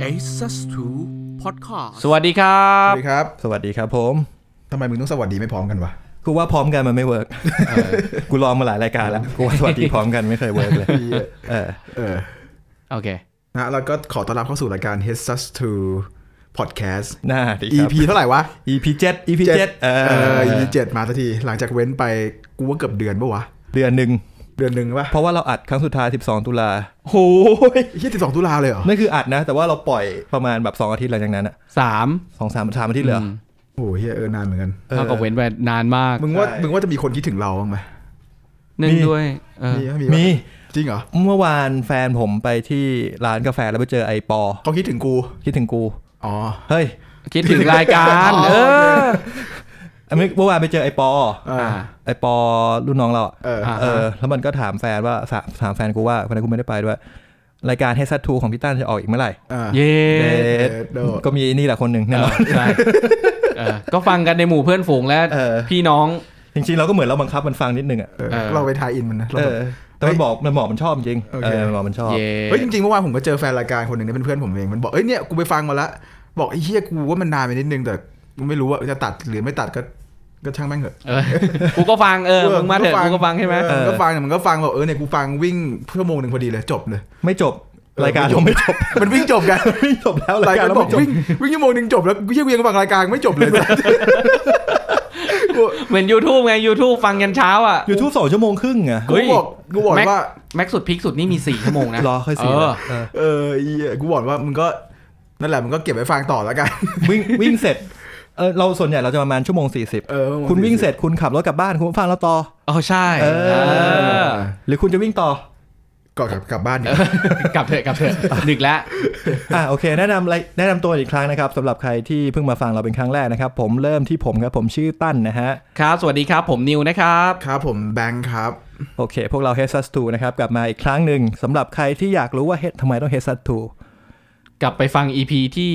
Access to Podcast สวัสดีครับสวัสดีครับสวัสดีครับผมทำไมมึงต้องสวัสดีไม่พร้อมกันวะกูว่าพร้อมกันมันไม่เวิร์กกูลองมาหลายรายการแล้วกูว่าสวัสดีพร้อมกันไม่เคยเวิร์กเลยโอเคนะแล้วก็ขอต้อนรับเข้าสู่รายการ Access to Podcast น่าดีครับ EP เท่าไหร่วะ EP 7 EP 7มาสักทีหลังจากเว้นไปกูว่าเกือบเดือนป่ะวะเดือนนึงป่ะเพราะว่าเราอัดครั้งสุดท้าย12ตุลาโหย12ตุลาเลยเหรอนั่นคืออัดนะแต่ว่าเราปล่อยประมาณแบบ2อาทิตย์หลังจากนั้นอ่ะ3อาทิตย์เลยโอ้ยนานเหมือนกันเท่ากับเว้นไปนานมากมึงว่าจะมีคนคิดถึงเราบ้างไหมนึ่งด้วยมีจริงเหรอเมื่อวานแฟนผมไปที่ร้านกาแฟแล้วไปเจอไอปอเขาคิดถึงกูอ๋อเฮ้ยคิดถึงรายการเมื่อวานไปเจอไอปอรุ่นน้องเราแล้วมันก็ถามแฟนว่าถามแฟนกูว่าคนนั้นกูไม่ได้ไปด้วยรายการ Access to ของพี่ตั้นจะออกอีกเมื่อไหร่เย้ก็มีนี่แหละคนหนึ่งแน่นอนใช่ก็ฟังกันในหมู่เพื่อนฝูงและพี่น้องจริงๆเราก็เหมือนเราบังคับมันฟังนิดนึงอ่ะเราไปทายอินมันนะแต่มันบอกมันชอบจริงมันชอบเฮ้ยจริงๆเมื่อวานผมก็เจอแฟนรายการคนหนึ่งนี่เป็นเพื่อนผมเองมันบอกเนี่ยกูไปฟังมาละบอกไอ้เหี้ยกูว่ามันนานไปนิดนึงแต่ไม่รู้ว่าจะตัดหรือไม่ตัดก็ช่างแม่งเถอะกูก็ฟังมึงมาเถอะกูก็ฟังใช่ไหมก็ฟังแต่มันก็ฟังบอกเนี่ยกูฟังวิ่งชั่วโมงนึงพอดีเลยจบเลยไม่จบรายการเราไม่จบมันวิ่งจบกันวิ่งจบแล้วรายการเราบอกวิ่งชั่วโมงนึงจบแล้วกูยังฟังรายการไม่จบเลยเหมือน YouTube ไง YouTube ฟังยันเช้าอ่ะ YouTube 2 ชั่วโมงครึ่งอ่ะกูบอกว่าแม็กสุดพีคสุดนี่มี4ชั่วโมงนะรอค่อย 4กูบอกว่ามึงก็นั่นแหละมึงก็เก็บไว้ฟังต่อแล้วกันวิ่งเสร็จเราส่วนใหญ่เราจะประมาณ1 ชั่วโมง 40คุณวิ่งเสร็จคุณขับรถกลับบ้านคุณฟังเราต่อใช่หรือคุณจะวิ่งต่อก็กลับบ้านกลับเถอะดึกแล้วโอเคแนะนำตัวอีกครั้งนะครับสำหรับใครที่เพิ่งมาฟังเราเป็นครั้งแรกนะครับผมเริ่มที่ผมครับผมชื่อตั้นนะฮะครับสวัสดีครับผมนิวนะครับครับผมแบงค์ครับโอเคพวกเรา Access to นะครับกลับมาอีกครั้งหนึ่งสำหรับใครที่อยากรู้ว่าทำไมต้อง Access to กลับไปฟัง EP ที่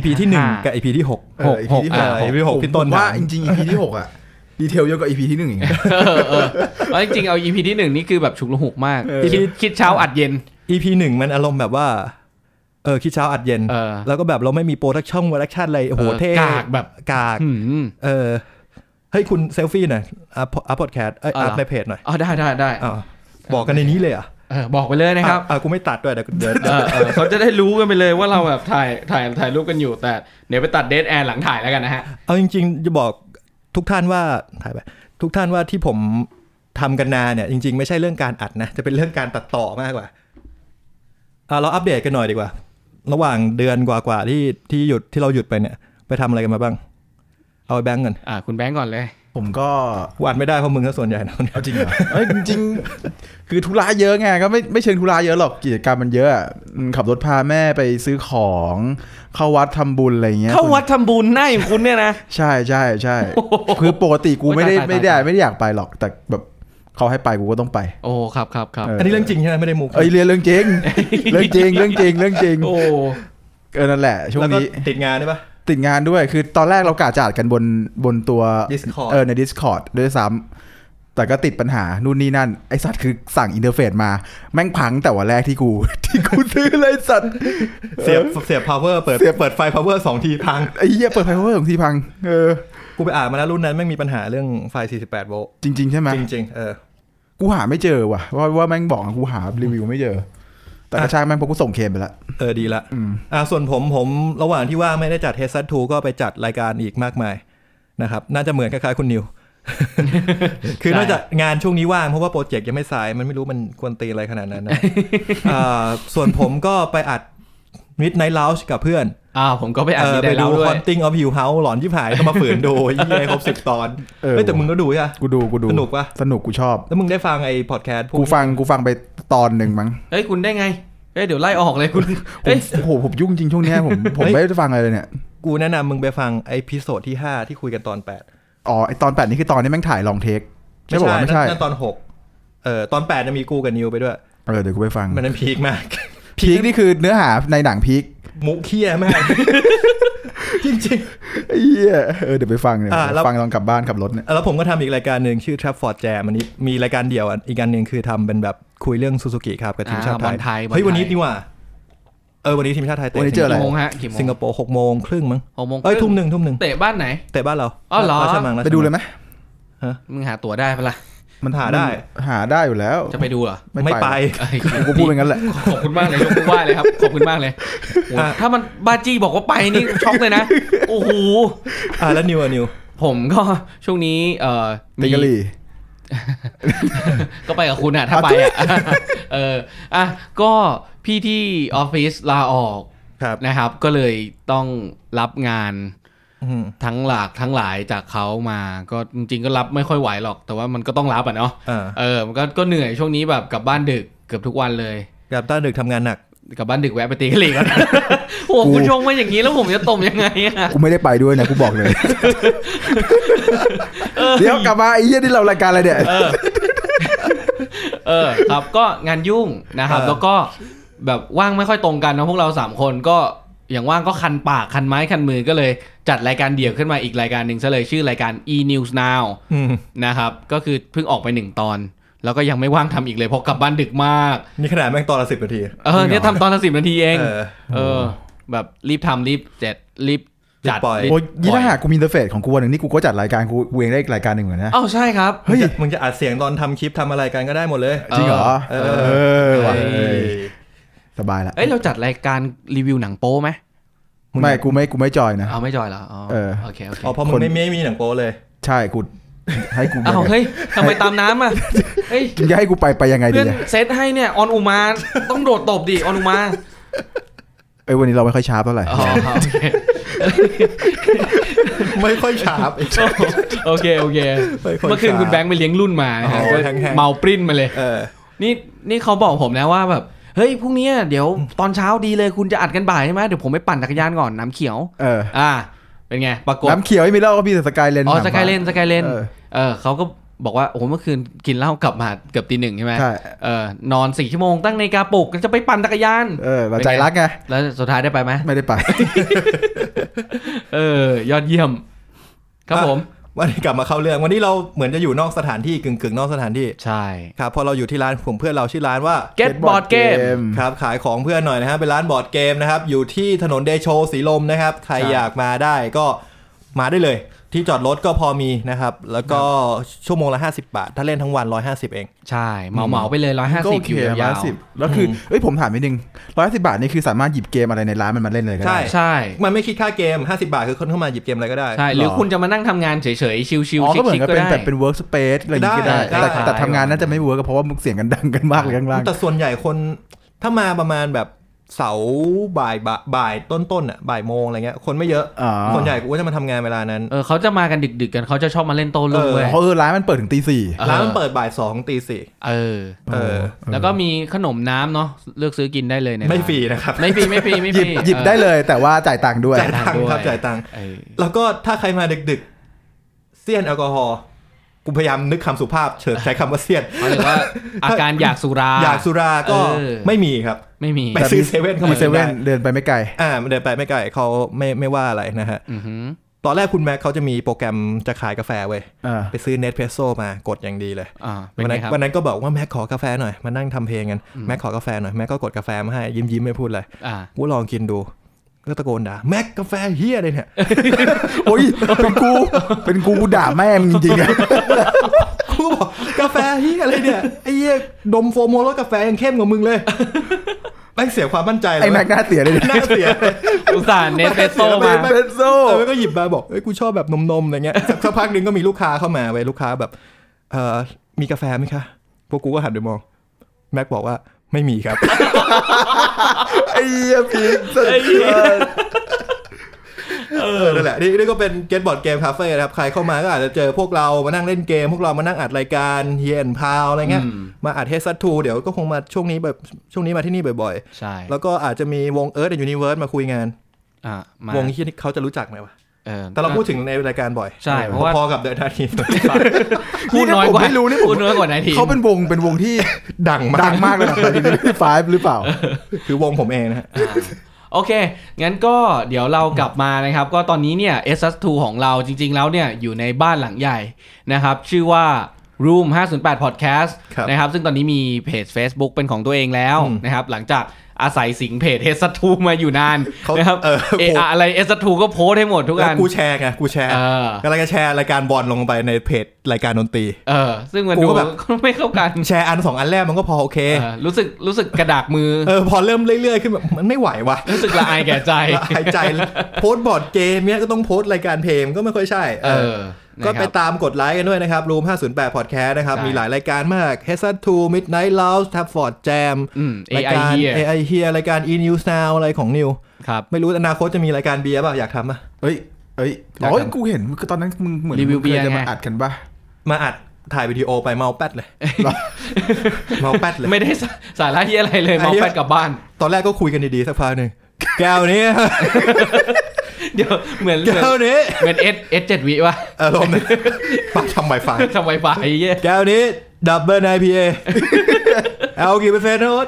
1กับ EP ที่6 EP 6พี่ต้นว่าจริงๆ EP ที่6อ่ะดีเทลเยอะกว่า EP ที่1อีกแล้วจริงๆเอา EP ที่1นี่คือแบบฉุกละหุกมากคิดเช้าอัดเย็น EP 1มันอารมณ์แบบว่าคิดเช้าอัดเย็นแล้วก็แบบเราไม่มีโปรดักชั่นอะไรโอ้โหเท่กากแบบกากเฮ้ยคุณเซลฟี่หน่อยอัพพอดแคสต์อัพในเพจหน่อยได้บอกกันในนี้เลยบอกไปเลยนะครับกูไม่ตัดด้วยเดี๋ยวเขาจะได้รู้กันไปเลยว่าเราแบบถ่ายรูปกันอยู่แต่เดี๋ยวไปตัดเดทแอร์หลังถ่ายแล้วกันนะฮะเอาจริงๆจะบอกทุกท่านว่าถ่ายไปทุกท่านว่าที่ผมทำกันนานเนี่ยจริงๆไม่ใช่เรื่องการอัดนะจะเป็นเรื่องการตัดต่อมากกว่าเราอัปเดตกันหน่อยดีกว่าระหว่างเดือนกว่าๆที่เราหยุดไปเนี่ยไปทำอะไรกันมาบ้างเอาแบงก์ก่อนคุณแบงก์ก่อนเลยผมก็วัดไม่ได้เพราะมึงก็ส่วนใหญ่นะจริงเหรอจริงคือธุระเยอะไงก็ไม่เชิงธุระเยอะหรอกกิจกรรมมันเยอะขับรถพาแม่ไปซื้อของเข้าวัดทำบุญอะไรเงี้ยเข้าวัดทำบุญหน้าอย่างคุณเนี่ยนะใช่คือปกติกูไม่ได้อยากไปหรอกแต่แบบเขาให้ไปกูก็ต้องไปโอ้ครับอันนี้เรื่องจริงใช่ไหมไม่ได้มุกเรื่องจริงเรื่องจริงโอ้นั่นแหละช่วงนี้ติดงานได้ปะติดงานด้วยคือตอนแรกเรากะจัดกันบนตัว Discord ใน Discord ด้วยซ้ำแต่ก็ติดปัญหานู่นนี่นั่นไอสัตว์คือสั่งอินเทอร์เฟซมาแม่งพังแต่วันแรกที่กูซื้อเลยสัตว์เสียบ power เปิดไฟ power 2 ทีพังไอ้เหี้ยเปิดไฟ power 2 ทีพังกูไปอ่านมาแล้วรุ่นนั้นแม่งมีปัญหาเรื่องไฟ48 โวลต์จริงๆใช่ไหมจริงกูหาไม่เจอว่ะว่าแม่งบอกกูหารีวิวไม่เจอแต่กระชากแม่งพอกูส่งเคมไปแล้วดีละส่วนผมระหว่างที่ว่างไม่ได้จัด Access to ก็ไปจัดรายการอีกมากมายนะครับน่าจะเหมือนคล้ายๆคุณนิว คือนอกจากงานช่วงนี้ว่างเพราะว่าโปรเจกต์ยังไม่สายมันไม่รู้มันควรตีอะไรขนาดนั้นนะส่วนผมก็ไปอัด Midnight Lounge กับเพื่อนผมก็ไปอัดMidnight Lounge ด้วย Haunting of Hill House หลอนชิบหายต้องมาฝืนดูครบ10 ตอนแต่มึงก็ดูใช่กูดูสนุกกูชอบแล้วมึงได้ฟังไอ้พอดแคสต์กูฟังไปตอนนึงมั้งเฮ้ยคุณได้ไงเดี๋ยวไล่ออกเลยคุณโอ้โหผมยุ่งจริงช่วงนี้ผมไม่ได้ฟังอะไรเลยเนี่ยกูแนะนำมึงไปฟังไอพิโซดที่5ที่คุยกันตอน8 ไอตอน8นี่คือตอนที่แม่งถ่ายลองเทคไม่ใช่นั่นตอน6ตอน8จะมีกูกับนิวไปด้วยเดี๋ยวกูไปฟังมันนั้นพีคมากพีคนี่คือเนื้อหาในหนังพีคมุกเคี้ยมากจริงๆไอ้เหี้ยเดี๋ยวไปฟังเนี่ยฟังตอนกลับบ้านขับรถเนี่ยแล้วผมก็ทำอีกรายการนึงชื่อ Trapford Jam อันนี้มีรายการเดียวอีกอันนึงคือทำเป็นแบบคุยเรื่องซูซูกิครับกับทีมชาติไทยเฮ้ยวันนี้นี่ว่าวันนี้ทีมชาติไทยเตะวันนี้เจออะไรกี่โมงฮะกี่โมงสิงคโปร์ 6:30 มั้ง 6 โมงทุ่มหนึ่งเตะบ้านไหนเตะบ้านเราอ๋อเหรอราชมังไปดูเลยไหมมึงหาตั๋วได้ปะล่ะมันหาได้หาได้อยู่แล้วจะไปดูเหรอไม่ไปเอ้ยกูพูดอย่างนั้นแหละขอบคุณมากเลยยกมือไหว้เลยครับขอบคุณมากเลยโอ้โหถ้ามันบาจี้บอกว่าไปนี่ช็อกเลยนะโอ้โหแล้วนิวผมก็ช่วงนี้ติกะลี่ก็ไปกับคุณอะถ้าไปอะก็พี่ที่ออฟฟิศลาออกครับนะครับก็เลยต้องรับงานทั้งทั้งหลายจากเขามาก็จริงๆก็รับไม่ค่อยไหวหรอกแต่ว่ามันก็ต้องรับอ่ะเนาะมันก็เหนื่อยช่วงนี้แบบกลับบ้านดึกเกือบทุกวันเลยกลับบ้านดึกทำงานหนักกลับบ้านดึกแวะไปตีกะหรี่ก่อนโอ้คุณชงมาอย่างนี้แล้วผมจะต้มยังไงอ่ะกูไม่ได้ไปด้วยนะกูบอกเลยเดี๋ยวกลับมาไอ้เหี้ยที่เรารายการอะไรเนี่ยครับก็งานยุ่งนะครับแล้วก็แบบว่างไม่ค่อยตรงกันนะพวกเรา3คนก็อย่างว่างก็คันปากคันไม้คันมือก็เลยจัดรายการเดี่ยวขึ้นมาอีกรายการหนึ่งซะเลยชื่อรายการ E-News Now นะครับก็คือเพิ่งออกไป1ตอนแล้วก็ยังไม่ว่างทำอีกเลยเพราะกลับบ้านดึกมากนี่ขนาดแม่งตอนละ10 นาทีเนี่ยทำตอนละ10 นาทีเองแบบรีบทำรีบจัดโอ้ยยี่ถ้าหากกูมีอินเทอร์เฟซของกูวันหนึ่งนี่กูก็จัดรายการกูเองได้รายการหนึ่งเหมือนนะใช่ครับเฮ้ยมึงจะอัดเสียงตอนทำคลิปทำอะไรกันก็ได้หมดเลยจริงเหรอสบายละเราจัดรายการรีวิวหนังโป๊ไหมไม่กูไม่จอยนะไม่จอยเหรอโอเคเพราะมึงไม่มีหนังโป๊เลยใช่กูให้กูเฮ้ยทำไมตามน้ำอ่ะเฮ้ยจะให้กูไปยังไงดีเนี่ยเซตให้เนี่ยออนอุมาต้องโดดตบดิออนอุมาวันนี้เราไม่ค่อยชาร์ปเท่าไหร่ไม่ค่อยชาร์ปโอเคเมื่อคืนคุณแบงค์ไปเลี้ยงรุ่นมาเมาปริ้นมาเลยนี่เขาบอกผมนะว่าแบบเฮ้ยพรุ่งนี้เดี๋ยวตอนเช้าดีเลยคุณจะอัดกันบ่ายใช่ไหมเดี๋ยวผมไปปั่นจักรยานก่อนน้ำเขียวเป็นไงปรากฏน้ำเขียวไม่มีเหล้าก็มีแต่สกายเลนสกายเลนเขาก็บอกว่าโอ้โหเมื่อคืนกินเหล้ากลับมาเกือบตี 1ใช่ไหมใช่นอน4 ชั่วโมงตั้งนาฬิกาปลุกจะไปปั่นจักรยานเราใจรักไงแล้วสุดท้ายได้ไปไหมไม่ได้ไปยอดเยี่ยมครับผมวันนี้กลับมาเข้าเรื่องวันนี้เราเหมือนจะอยู่นอกสถานที่กึ่งนอกสถานที่ใช่ครับพอเราอยู่ที่ร้านผมเพื่อนเราชื่อร้านว่า Get Board Game ครับขายของเพื่อนหน่อยนะฮะเป็นร้านบอร์ดเกมนะครับอยู่ที่ถนนเดโชสีลมนะครับใครอยากมาได้ก็มาได้เลยที่จอดรถก็พอมีนะครับแล้วก็ชั่วโมงละ50 บาทถ้าเล่นทั้งวัน150เองใช่เหมาไปเลย150อยู่ยาวๆแล้วคือผมถามนิดนึง150 บาทนี่คือสามารถหยิบเกมอะไรในร้านมันมาเล่นเลยก็ได้ใช่มันไม่คิดค่าเกม50 บาทคือคนเข้ามาหยิบเกมอะไรก็ได้ใช่หรือคุณจะมานั่งทำงานเฉยๆชิลๆชิคๆก็เหมือนกับเป็นแบบเป็น work space อะไรอย่างเงี้ยก็ได้แต่ทำงานน่าจะไม่เวิร์กเพราะว่าเสียงกันดังกันมากเลยข้างล่างแต่ส่วนใหญ่คนถ้ามาประมาณแบบเสาร์บ่ายต้นๆอ่ะบ่ายโมงอะไรเงี้ยคนไม่เยอะส่วนใหญ่กูจะมาทำงานเวลานั้นเขาจะมากันดึกๆกันเขาจะชอบมาเล่นโต้รุ่งเลยเพราะร้านมันเปิดถึงตี 4 ร้านมันเปิดบ่าย 2 ตี 4 แล้วก็มีขนมน้ำเนาะเลือกซื้อกินได้เลยไม่ฟรีนะครับไม่ฟรีหยิบได้เลยแต่ว่าจ่ายตังค์ด้วยจ่ายตังค์ครับจ่ายตังค์แล้วก็ถ้าใครมาดึกๆเสี้ยนแอลกอฮอล์กูพยายามนึกคำสุภาพใช้คำว่าเสี้ยนหมายถึงว่าอาการอยากสุราก็ไม่มีครับไม่มีไปซื้อเซเว่นเข้ามาเดินไปไม่ไกลมันเดินไปไม่ไกลเขาไม่ว่าอะไรนะฮะตอนแรกคุณแม็กเขาจะมีโปรแกรมจะขายกาแฟเว้ยไปซื้อเนสเพรสโซ่มากดอย่างดีเลยวันนั้นก็บอกว่าแม็กขอกาแฟหน่อยมานั่งทำเพลงกันแม็กขอกาแฟหน่อยแม็กก็กดกาแฟมาให้ยิ้มไม่พูดเลยกูลองกินดูก็ตะโกนด่าแม็กกาแฟเฮี้ยอะไรเนี่ยโอ้ยเป็นกูด่าแม่มึงจริงๆกูบอกกาแฟเฮี้ยอะไรเนี่ยไอ้เหี้ยดมโฟมรสกาแฟยังเข้มกว่ามึงเลยแม่งเสียความมั่นใจเลยไอ้แม็กน่าเสียเลยน่าเสียอุตส่าห์เนสเปรสโซ่มาแล้วก็หยิบมาบอกกูชอบแบบนมอะไรเงี้ยสักพักนึงก็มีลูกค้าเข้ามาเว้ยลูกค้าแบบมีกาแฟไหมคะพวกกูก็หันไปมองแม็กบอกว่าไม่มีครับไอ้เหี้ยพีคสุดนั่นแหละนี่ก็เป็น Get Board Game Cafe นะครับใครเข้ามาก็อาจจะเจอพวกเรามานั่งเล่นเกมพวกเรามานั่งอัดรายการเฮียนพาวอะไรเงี้ยมาอัดเฮซัตทูเดี๋ยวก็คงมาช่วงนี้มาที่นี่บ่อยๆใช่แล้วก็อาจจะมีวง Earth and Universe มาคุยงานวงที่เขาจะรู้จักไหมวะแต่เราพูดถึงในรายการบ่อยใช่เพราะว่าพอกับเดอะนาทีพูดน้อยกว่าไม่รู้นี่พูดน้อยกว่านาทีเขาเป็นวงที่ดังมากเลยนะที่5หรือเปล่าคือวงผมเองนะฮะโอเคงั้นก็เดี๋ยวเรากลับมานะครับก็ตอนนี้เนี่ย SS2 ของเราจริงๆแล้วเนี่ยอยู่ในบ้านหลังใหญ่นะครับชื่อว่า Room 508 Podcast นะครับซึ่งตอนนี้มีเพจ Facebook เป็นของตัวเองแล้วนะครับหลังจากอาศัยสิงเพจเฮสทูมาอยู่นานนะครับอะไรเฮสทูก็โพสให้หมดทุกอันกูแชร์ไงกูแชร์กำลังจะแชร์รายการบอลลงไปในเพจรายการดนตรีซึ่งมันดูแบบไม่เข้ากันแชร์อัน2อันแรกมันก็พอโอเครู้สึกกระดากมือพอเริ่มเรื่อยๆขึ้นแบบมันไม่ไหวว่ะรู้สึกละอายแก่ใจละอายใจโพสบอร์ดเกมเนี้ยก็ต้องโพสรายการเพลงก็ไม่ค่อยใช่ก็ไปตามกดไลค์กันด้วยนะครับ Room 508 Podcast นะครับมีหลายรายการมาก Headset 2 Midnight Lounge Tapford Jam รายการ AI Here รายการ E-News Now อะไรของนิวครับไม่รู้อนาคตจะมีรายการเบียร์ป่ะอยากทำป่ะกูเห็นคือตอนนั้นมึงเหมือนรีวิวเบียร์จะมาอัดกันป่ะมาอัดถ่ายวิดีโอไปเมาแป๊ดเลยเมาแป๊ดเลยไม่ได้สาระเหี้ยอะไรเลยเมาแป๊ดกลับบ้านตอนแรกก็คุยกันดีๆสักพักนึงแก้วนี้เดี๋ยวเหมือนแก้วนี้เหมือน S7 วิว่ะลมปักทำไวไฟแก้วนี้ดับเบิล IPA เอากี่เปอร์เซ็นต์นะโอ๊ต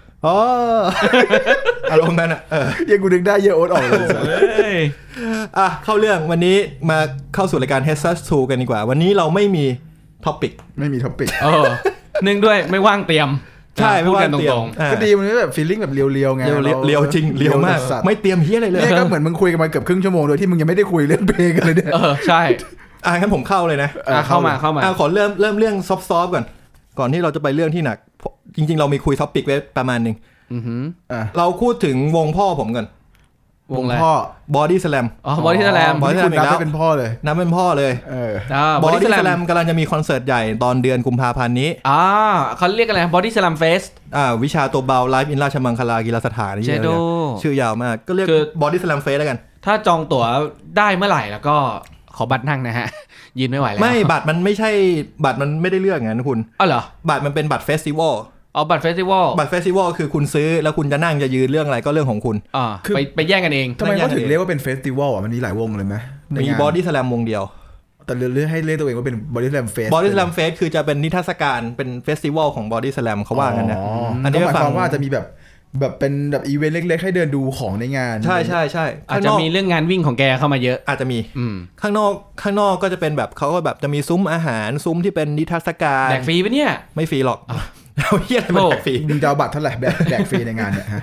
อารมณ์นั้นยังกูนึกได้เยอะโอ๊ตออกเลยเข้าเรื่องวันนี้มาเข้าสู่รายการ Headset 2 กันดีกว่าวันนี้เราไม่มีท็อปิกไม่มีท็อปิกเนื่องด้วยไม่ว่างเตรียมใช่พูดกันตรงๆก็ดีมันแบบฟีลลิ่งแบบเรียวๆไงเรียวจริงเรียวมากไม่เตรียมเฮี้ยอะไรเลยก็เหมือนมึงคุยกันมาเกือบครึ่งชั่วโมงโดยที่มึงยังไม่ได้คุยเรื่องเพลงกันเลยเนี่ยใช่งั้นผมเข้าเลยนะเข้ามาขอเริ่มเรื่องซอฟต์ก่อนที่เราจะไปเรื่องที่หนักจริงๆเรามีคุยท็อปิกไว้ประมาณนึงเราพูดถึงวงพ่อผมกันวงพ่อ Body Slam Body Slam คุณนับเป็นพ่อเลยนับเป็นพ่อเลยBody Slam กำลังจะมีคอนเสิร์ตใหญ่ตอนเดือนกุมภาพันธ์นี้เขาเรียกอะไร Body Slam Fest วิชาตัวเบา Live in ราชมังคลากีฬาสถานนี่ชื่อยาวมากก็เรียก Body Slam Fest แล้วกันถ้าจองตั๋วได้เมื่อไหร่แล้วก็ขอบัตรนั่งนะฮะยืนไม่ไหวแล้วไม่บัตรมันไม่ใช่บัตรมันไม่ได้เลือกงั้นคุณเหรอบัตรมันเป็นบัตรเฟสติวัลบัตรเฟสติวัลคือคุณซื้อแล้วคุณจะนั่งจะยืนเรื่องอะไรก็เรื่องของคุณไปแย่งกันเองทำไมเขาถึงเรียกว่าเป็นเฟสติวัลมันมีหลายวงเลยไหมมีบอดี้สแลมวงเดียวแต่เลือกให้เรียกตัวเองว่าเป็นบอดี้สแลมเฟสคือจะเป็นนิทรรศการเป็นเฟสติวัลของบอดี้สแลมเขาว่ากันนะอันนี้หมายความว่าจะมีแบบเป็นแบบอีเวนต์เล็กๆให้เดินดูของในงานใช่อาจจะมีเรื่องงานวิ่งของแกเข้ามาเยอะอาจจะมีข้างนอกก็จะเป็นแบบเขาก็แบบจะมีซุ้มอาหารซุ้มที่เป็นนิทรรศการแดกฟรีปะเนี่ยไม่ฟรีหรอกเอาเหี้ยอะไรมาแดกฟรีมึงจะเอาบัตรเท่าไหร่แดกฟรีในงานเนี่ยฮะ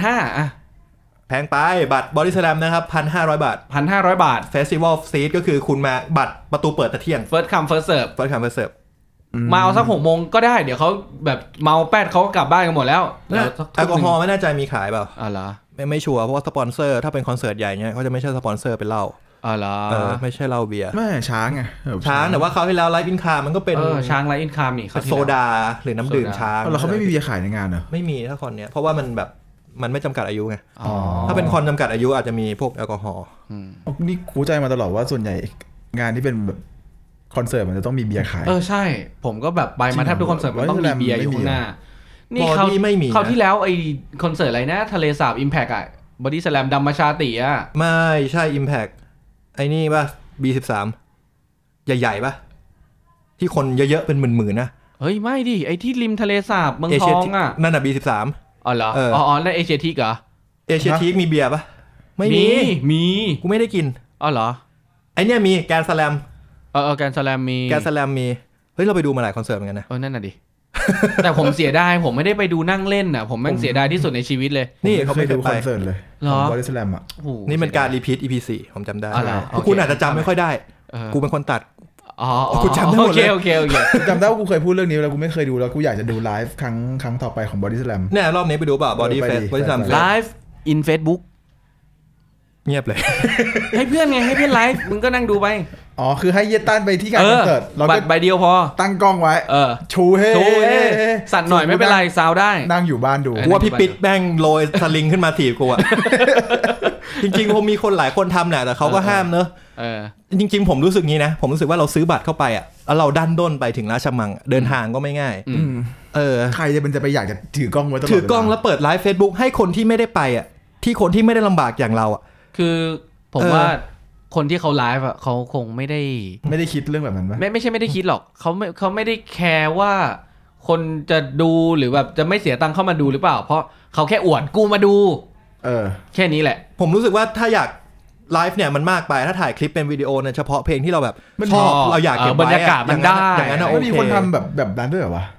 3,500 แพงไปบัตรบอดี้สแลมนะครับ 1,500 บาท 1,500 บาทเฟสติวัลซีทก็คือคุณมาบัตรประตูเปิดแต่เที่ยง First come first serve มาเอาสัก 6 โมงก็ได้เดี๋ยวเขาแบบเมาแป๊ดเขาก็กลับบ้านกันหมดแล้วแอลกอฮอล์ไม่แน่ใจมีขายเปล่าเหรอไม่ชัวร์เพราะว่าสปอนเซอร์ถ้าเป็นคอนเสิร์ตใหญ่เนี่ยเขาจะไม่ใช่สปอนเซอร์เป็นเหล้าเหรอไม่ใช่เหล้าเบียร์ไม่ช้างไงช้างแต่ว่าเขาที่แล้วไลฟ์อินคามมันก็เป็นช้างไลฟ์อินคามนี่โซดาหรือน้ำดื่มช้างแล้วเขาไม่มีเบียร์ขายในงานเหรอไม่มีถ้าคอนเนี้ยเพราะว่ามันแบบมันไม่จำกัดอายุไงถ้าเป็นคอนจำกัดอายุอาจจะมีพวกแอลกอฮอล์นี่คูใจมาตลอดว่าส่วนใหญ่งานที่เป็นแบบคอนเสิร์ตมันจะต้องมีเบียร์ขายใช่ผมก็แบบไปมาแทบทุกคอนเสิร์ตมันต้องมีเบียร์อยู่ข้างหน้านี่เขาที่แล้วไอคอนเสิร์ตอะไรนะทะเลสาบ Impact อ่ะ Body Slam ดัมมาชาติอ่ะไม่ใช่ Impact ไอ้นี่ป่ะ B13 ใหญ่ๆป่ะที่คนเยอะๆเป็นหมื่นๆนะเฮ้ยไม่ดิไอ้ที่ริมทะเลสาบเมืองทองอ่ะนั่นน่ะ B13 เหรอนั่นเอเชียทิกเหรอเอเชียทิกมีเบียร์ป่ะไม่มีกูไม่ได้กินเหรอไอเนี้ยมีแกนสแลมแกนสแลมมีเฮ้ยเราไปดูมาหลายคอนเสิร์ตเหมือนกันนะนั่นน่ะดิ แต่ผมเสียดายผมไม่ได้ไปดูนั่งเล่นอ่ะผมแม่งเสียดายที่สุดในชีวิตเลยนี่เขาไปดูคอนเสิร์ตเลยของบอดี้สแลมอ่ะนี่เป็นการรีพีท EP 4ผมจำได้คุณอาจจะจำไม่ค่อยได้กูเป็นคนตัดกูจำได้หมดเลยโอเคจำได้ว่ากูเคยพูดเรื่องนี้แล้วกูไม่เคยดูแล้วกูอยากจะดูไลฟ์ครั้งต่อไปของบอดี้สแลมเนี่ยรอบนี้ไปดูเปล่าบอดี้สแลมไลฟ์อิน Facebook เงียบเลยให้เพื่อนไงให้เพื่อนไลฟ์มึงก็นั่งดูไปคือให้เยตันไปที่การคอนเสิร์ตเราบัตรใบเดียวพอตั้งกล้องไว้ชูเฮ้สั่นหน่อยไม่เป็นไรซาวได้นั่งอยู่บ้านดูว่าพี่ปิดแม่งโรยสลิงขึ้นมาถีบกูอ่ะจริงๆผมมีคนหลายคนทำแหละแต่เขาก็ห้ามเนอะจริงๆผมรู้สึกงี้นะผมรู้สึกว่าเราซื้อบัตรเข้าไปอ่ะแล้วเราดันด้นไปถึงราชมังเดินทางก็ไม่ง่ายใครจะไปอยากจะถือกล้องไว้ตลอดถือกล้องแล้วเปิดไลฟ์ Facebook ให้คนที่ไม่ได้ไปอ่ะที่คนที่ไม่ได้ลำบากอย่างเราอ่ะคือผมว่าคนที่เขาไลฟ์อ่ะเขาคงไม่ได้คิดเรื่องแบบนั้นป่ะไม่ใช่ไม่ได้คิดหรอกเขาไม่ได้แคร์ว่าคนจะดูหรือแบบจะไม่เสียตังค์เข้ามาดูหรือเปล่าเพราะเขาแค่อวดกูมาดูแค่นี้แหละผมรู้สึกว่าถ้าอยากไลฟ์เนี่ยมันมากไปถ้าถ่ายคลิปเป็นวิดีโอเนี่ยเฉพาะเพลงที่เราแบบชอบเราอยากเก็บไว้บรรยากาศมันได้อย่างนั้นโอเคมีคนทำแบบนั้นด้วยเหรอวะ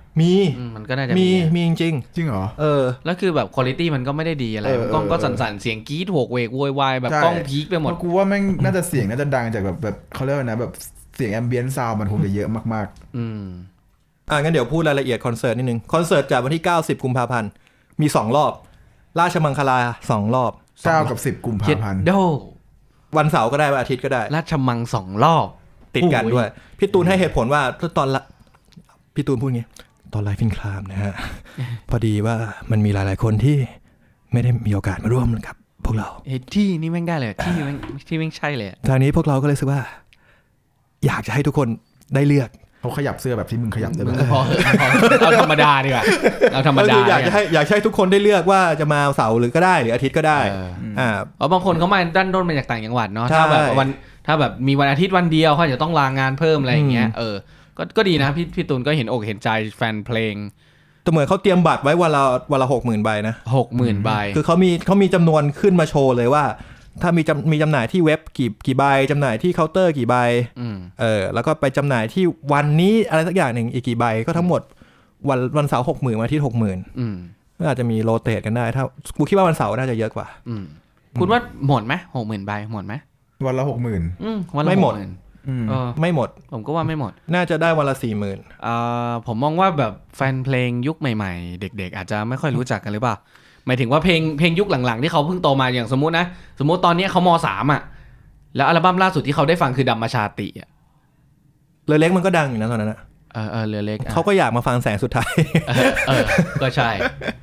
มันก็น่าจะมีจริงจริงเหรอแล้วคือแบบคุณภาพมันก็ไม่ได้ดีอะไรกล้องก็สั่นๆเสียงกรี๊ดโหกเวกโวยวายแบบกล้องพีคไปหมดกูว่าแม่งน่าจะเสียงน่าจะดังจากแบบเขาเรียกว่านะแบบเสียงแอมเบียนซ์ซาวด์มันคงจะเยอะมากๆงั้นเดี๋ยวพูดรายละเอียดคอนเสิร์ตนิดนึงคอนเสิร์ตจัดวันที่90กุมภาพันธ์มี2รอบราชมังคลา2รอบ 9กับ10กุมภาพันธ์วันเสาร์ก็ได้วันอาทิตย์ก็ได้ราชมัง2รอบติดกันด้วยพี่ตูนให้เหตุผลว่าตอนพี่ตูนพูดงี้ตอนไลฟ์ฟินคลามนะฮะ พอดีว่ามันมีหลายๆคนที่ไม่ได้มีโอกาสมาร่วมกับพวกเราที่นี่แม่งได้เลยที่แม่งใช่เลยทางนี้พวกเราก็เลยรู้สึกว่าอยากจะให้ทุกคนได้เลือกเขาขยับเสื้อแบบที่มึงขยับได้ไหมพอเอาธรรมดาดีกว่าเอาธรรมดาอยากให้ทุกคนได้เลือกว่าจะมาเสาร์หรือก็ได้หรืออาทิตย์ก็ได้เพราะบางคนเขามาด้านด้นมาจากต่างจังหวัดเนาะถ้าแบบมีวันอาทิตย์วันเดียวเขาจะต้องลางานเพิ่มอะไรอย่างเงี้ยก็ดีนะพี่ตูนก็เห็นอกเห็นใจแฟนเพลงแต่เหมือนเขาเตรียมบัตรไว้วันละ 60,000 ใบนะ 60,000 ใบคือเขามีจำนวนขึ้นมาโชว์เลยว่าถ้ามีจำหน่ายที่เว็บกี่ใบจำหน่ายที่เคาน์เตอร์กี่ใบแล้วก็ไปจำหน่ายที่วันนี้อะไรสักอย่างหนึ่งอีกกี่ใบก็ทั้งหมดวันเสาร์ 60,000 วันอาทิตย์ 60,000ก็อาจจะมีโรเตทกันได้ถ้ากูคิดว่าวันเสาร์น่าจะเยอะกว่าคุณว่าหมดไหม 60,000 ใบหมดไหมวันละ 60,000 วันละไม่หมดไม่หมดผมก็ว่าไม่หมดน่าจะได้วันละ 40,000ผมมองว่าแบบแฟนเพลงยุคใหม่ๆเด็กๆอาจจะไม่ค่อยรู้จักกันหรือเปล่าหมายถึงว่าเพลงยุคหลังๆที่เขาเพิ่งโตมาอย่างสมมุติตอนนี้เขาม.3 อ่ะแล้วอัลบั้มล่าสุดที่เขาได้ฟังคือดัมมาชาติอ่ะเรือเล็กมันก็ดังอยู่นะตอนนั้นอ่ะเรือเล็กเขาก็อยากมาฟังแสงสุดท้ายก็ใช่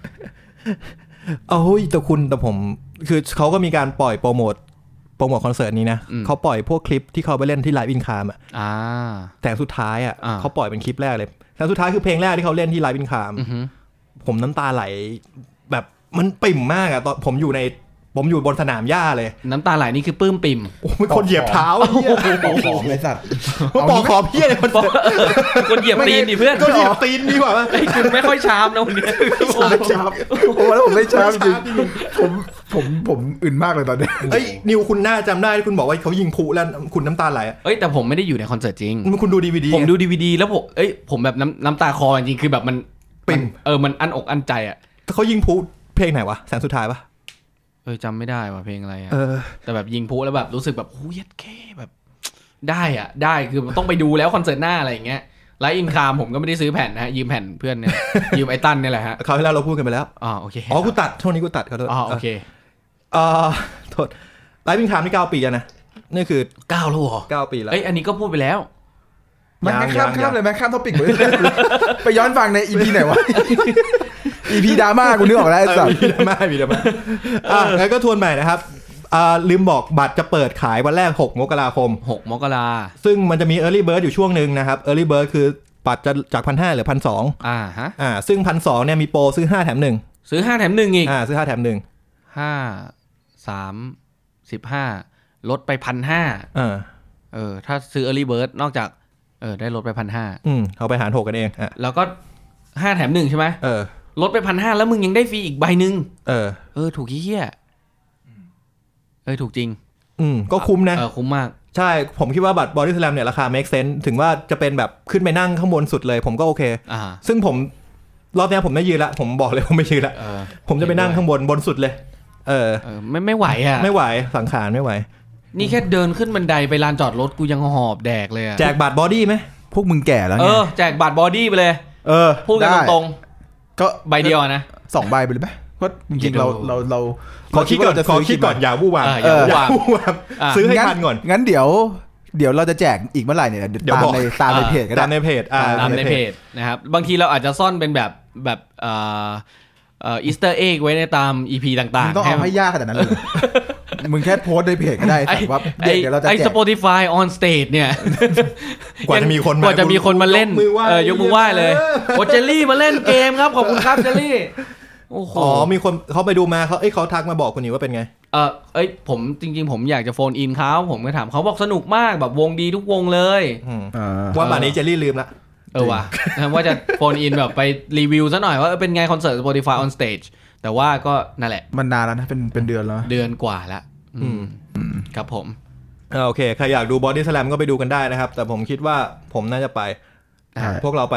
แต่ผมคือเขาก็มีการปล่อยโปรโมทคอนเสิร์ตนี้นะเขาปล่อยพวกคลิปที่เขาไปเล่นที่ไลฟ์อินคามแต่สุดท้ายเขาปล่อยเป็นคลิปแรกเลยแต่สุดท้ายคือเพลงแรกที่เขาเล่นที่ไลฟ์อินคามผมน้ำตาไหลแบบมันปิ่มมากตอนผมอยู่บนสนามหญ้าเลยน้ำตาไหลนี่คือปลื้มปิ่มคนเหยียบเท้าปอกขอบไอ้สัตว์ปอกขอบเพี้ยเลยคนเหยียบตีนดิเพื่อนก็เหยียบตีนดีกว่าคุณไม่ค่อยชามนะวันนี้ผมไม่ชามผมไม่ชามจริงผมอื่นมากเลยตอนนี้นิวคุณน่าจำได้คุณบอกว่าเขายิงพลุแล้วคุณน้ำตาไหลแต่ผมไม่ได้อยู่ในคอนเสิร์ตจริงคุณดู DVD ผมดู DVD แล้วผมแบบน้ำตาคลอจริงคือแบบมันเป็นมันอั้นอกอั้นใจเขายิงพลุเพลงไหนวะแสงสุดท้ายปะจำไม่ได้ว่าเพลงอะไรแต่แบบยิงพลุแล้วแบบรู้สึกแบบโอ้ยแค่แบบได้คือต้องไปดูแล้วคอนเสิร์ตหน้าอะไรอย่างเงี้ยไลฟ์อินคามผมก็ไม่ได้ซื้อแผ่นนะยืมแผ่นเพื่อนเนี่ยยืมไอ้ตั้นนี่แหละฮะคราวที่แล้วเราพูดกันไปแล้วโอเคกูตัดช่วงนี้กูตัดเขาด้วยโอเคโทษไลฟ์อินคามนี่9 ปีแล้วนะนี่คือ 9แล้วเหรอ 9 ปีแล้วอันนี้ก็พูดไปแล้วมันข้ามเลยไหมข้ามท็อปิกเลยไปย้อนฟังใน EP ไหนวะ EP ดราม่ากูนึกออกแล้วไอ้สัส EP ดราม่างั้นก็ทวนใหม่นะครับลืมบอกบัตรจะเปิดขายวันแรก6 มกราคมซึ่งมันจะมี Early Bird อยู่ช่วงนึงนะครับ Early Bird คือบัตรจะจาก 1,500 เหลือ 1,200 ซึ่ง 1,200 เนี่ยมีโปรซื้อ5แถม1 ซื้อ5แถม1อีกซื้อ5แถม1 5 3 15ลดไป 1,500ถ้าซื้อ Early Bird นอกจากได้ลดไป 1,500 เอาไปหาร6กันเองแล้วก็5แถม1ใช่ไหมลดไป 1,500 แล้วมึงยังได้ฟรีอีกใบนึงถูกเหี้ยถูกจริงก็คุ้มนะคุ้มมากใช่ผมคิดว่าบัตร Body Slam เนี่ยราคา make sense ถึงว่าจะเป็นแบบขึ้นไปนั่งข้างบนสุดเลยผมก็โอเคซึ่งผมรอบนี้ผมไม่ยืนละผมบอกเลยผมไม่ยืนละผมจะไปนั่งข้างบนสุดเลยไม่ไหวไม่ไหวสังขารไม่ไหวนี่แค่เดินขึ้นบันไดไปลานจอดรถกูยังหอบแดกเลยแจกบัตรบอดี้ไหมพวกมึงแก่แล้วไงแจกบัตรบอดี้ไปเลยพูดกันตรงๆก็ใบเดียวนะ 2 ใบไปเลยไหมเพราะจริงๆเราขอคิดก่อนอย่าวู่วามซื้อให้ทันก่อนงั้นเดี๋ยวเราจะแจกอีกเมื่อไหร่เนี่ยตามในเพจก็ได้ตามในเพจนะครับบางทีเราอาจจะซ่อนเป็นแบบอีสเตอร์เอ็กไว้ในตาม EP ต่างๆต้องเอาให้ยากขนาดนั้นเลยมึงแค่โพสในเพจก็ได้ว่าเดี๋ยวเราจะแจก Spotify on stage เนี่ยกว่าจะมีคนมาเล่นยกมือไหว้เลยโอเจลลี่มาเล่นเกมครับขอบคุณครับเจลลี่โอ้โหมีคนเขาไปดูมาเขาทักมาบอกคุณนี่ว่าเป็นไงผมจริงๆผมอยากจะโฟนอินเขาผมก็ถามเขาบอกสนุกมากแบบวงดีทุกวงเลยว่าป่านนี้เจลลี่ลืมละว่ะว่าจะโฟนอินแบบไปรีวิวซะหน่อยว่าเป็นไงคอนเสิร์ต Spotify on stage แต่ว่าก็นั่นแหละมันนานแล้วนะเป็นเดือนแล้วเดือนกว่าแล้วครับผมโอเคใครอยากดู Body Slam ก็ไปดูกันได้นะครับแต่ผมคิดว่าผมน่าจะไปพวกเราไปไหม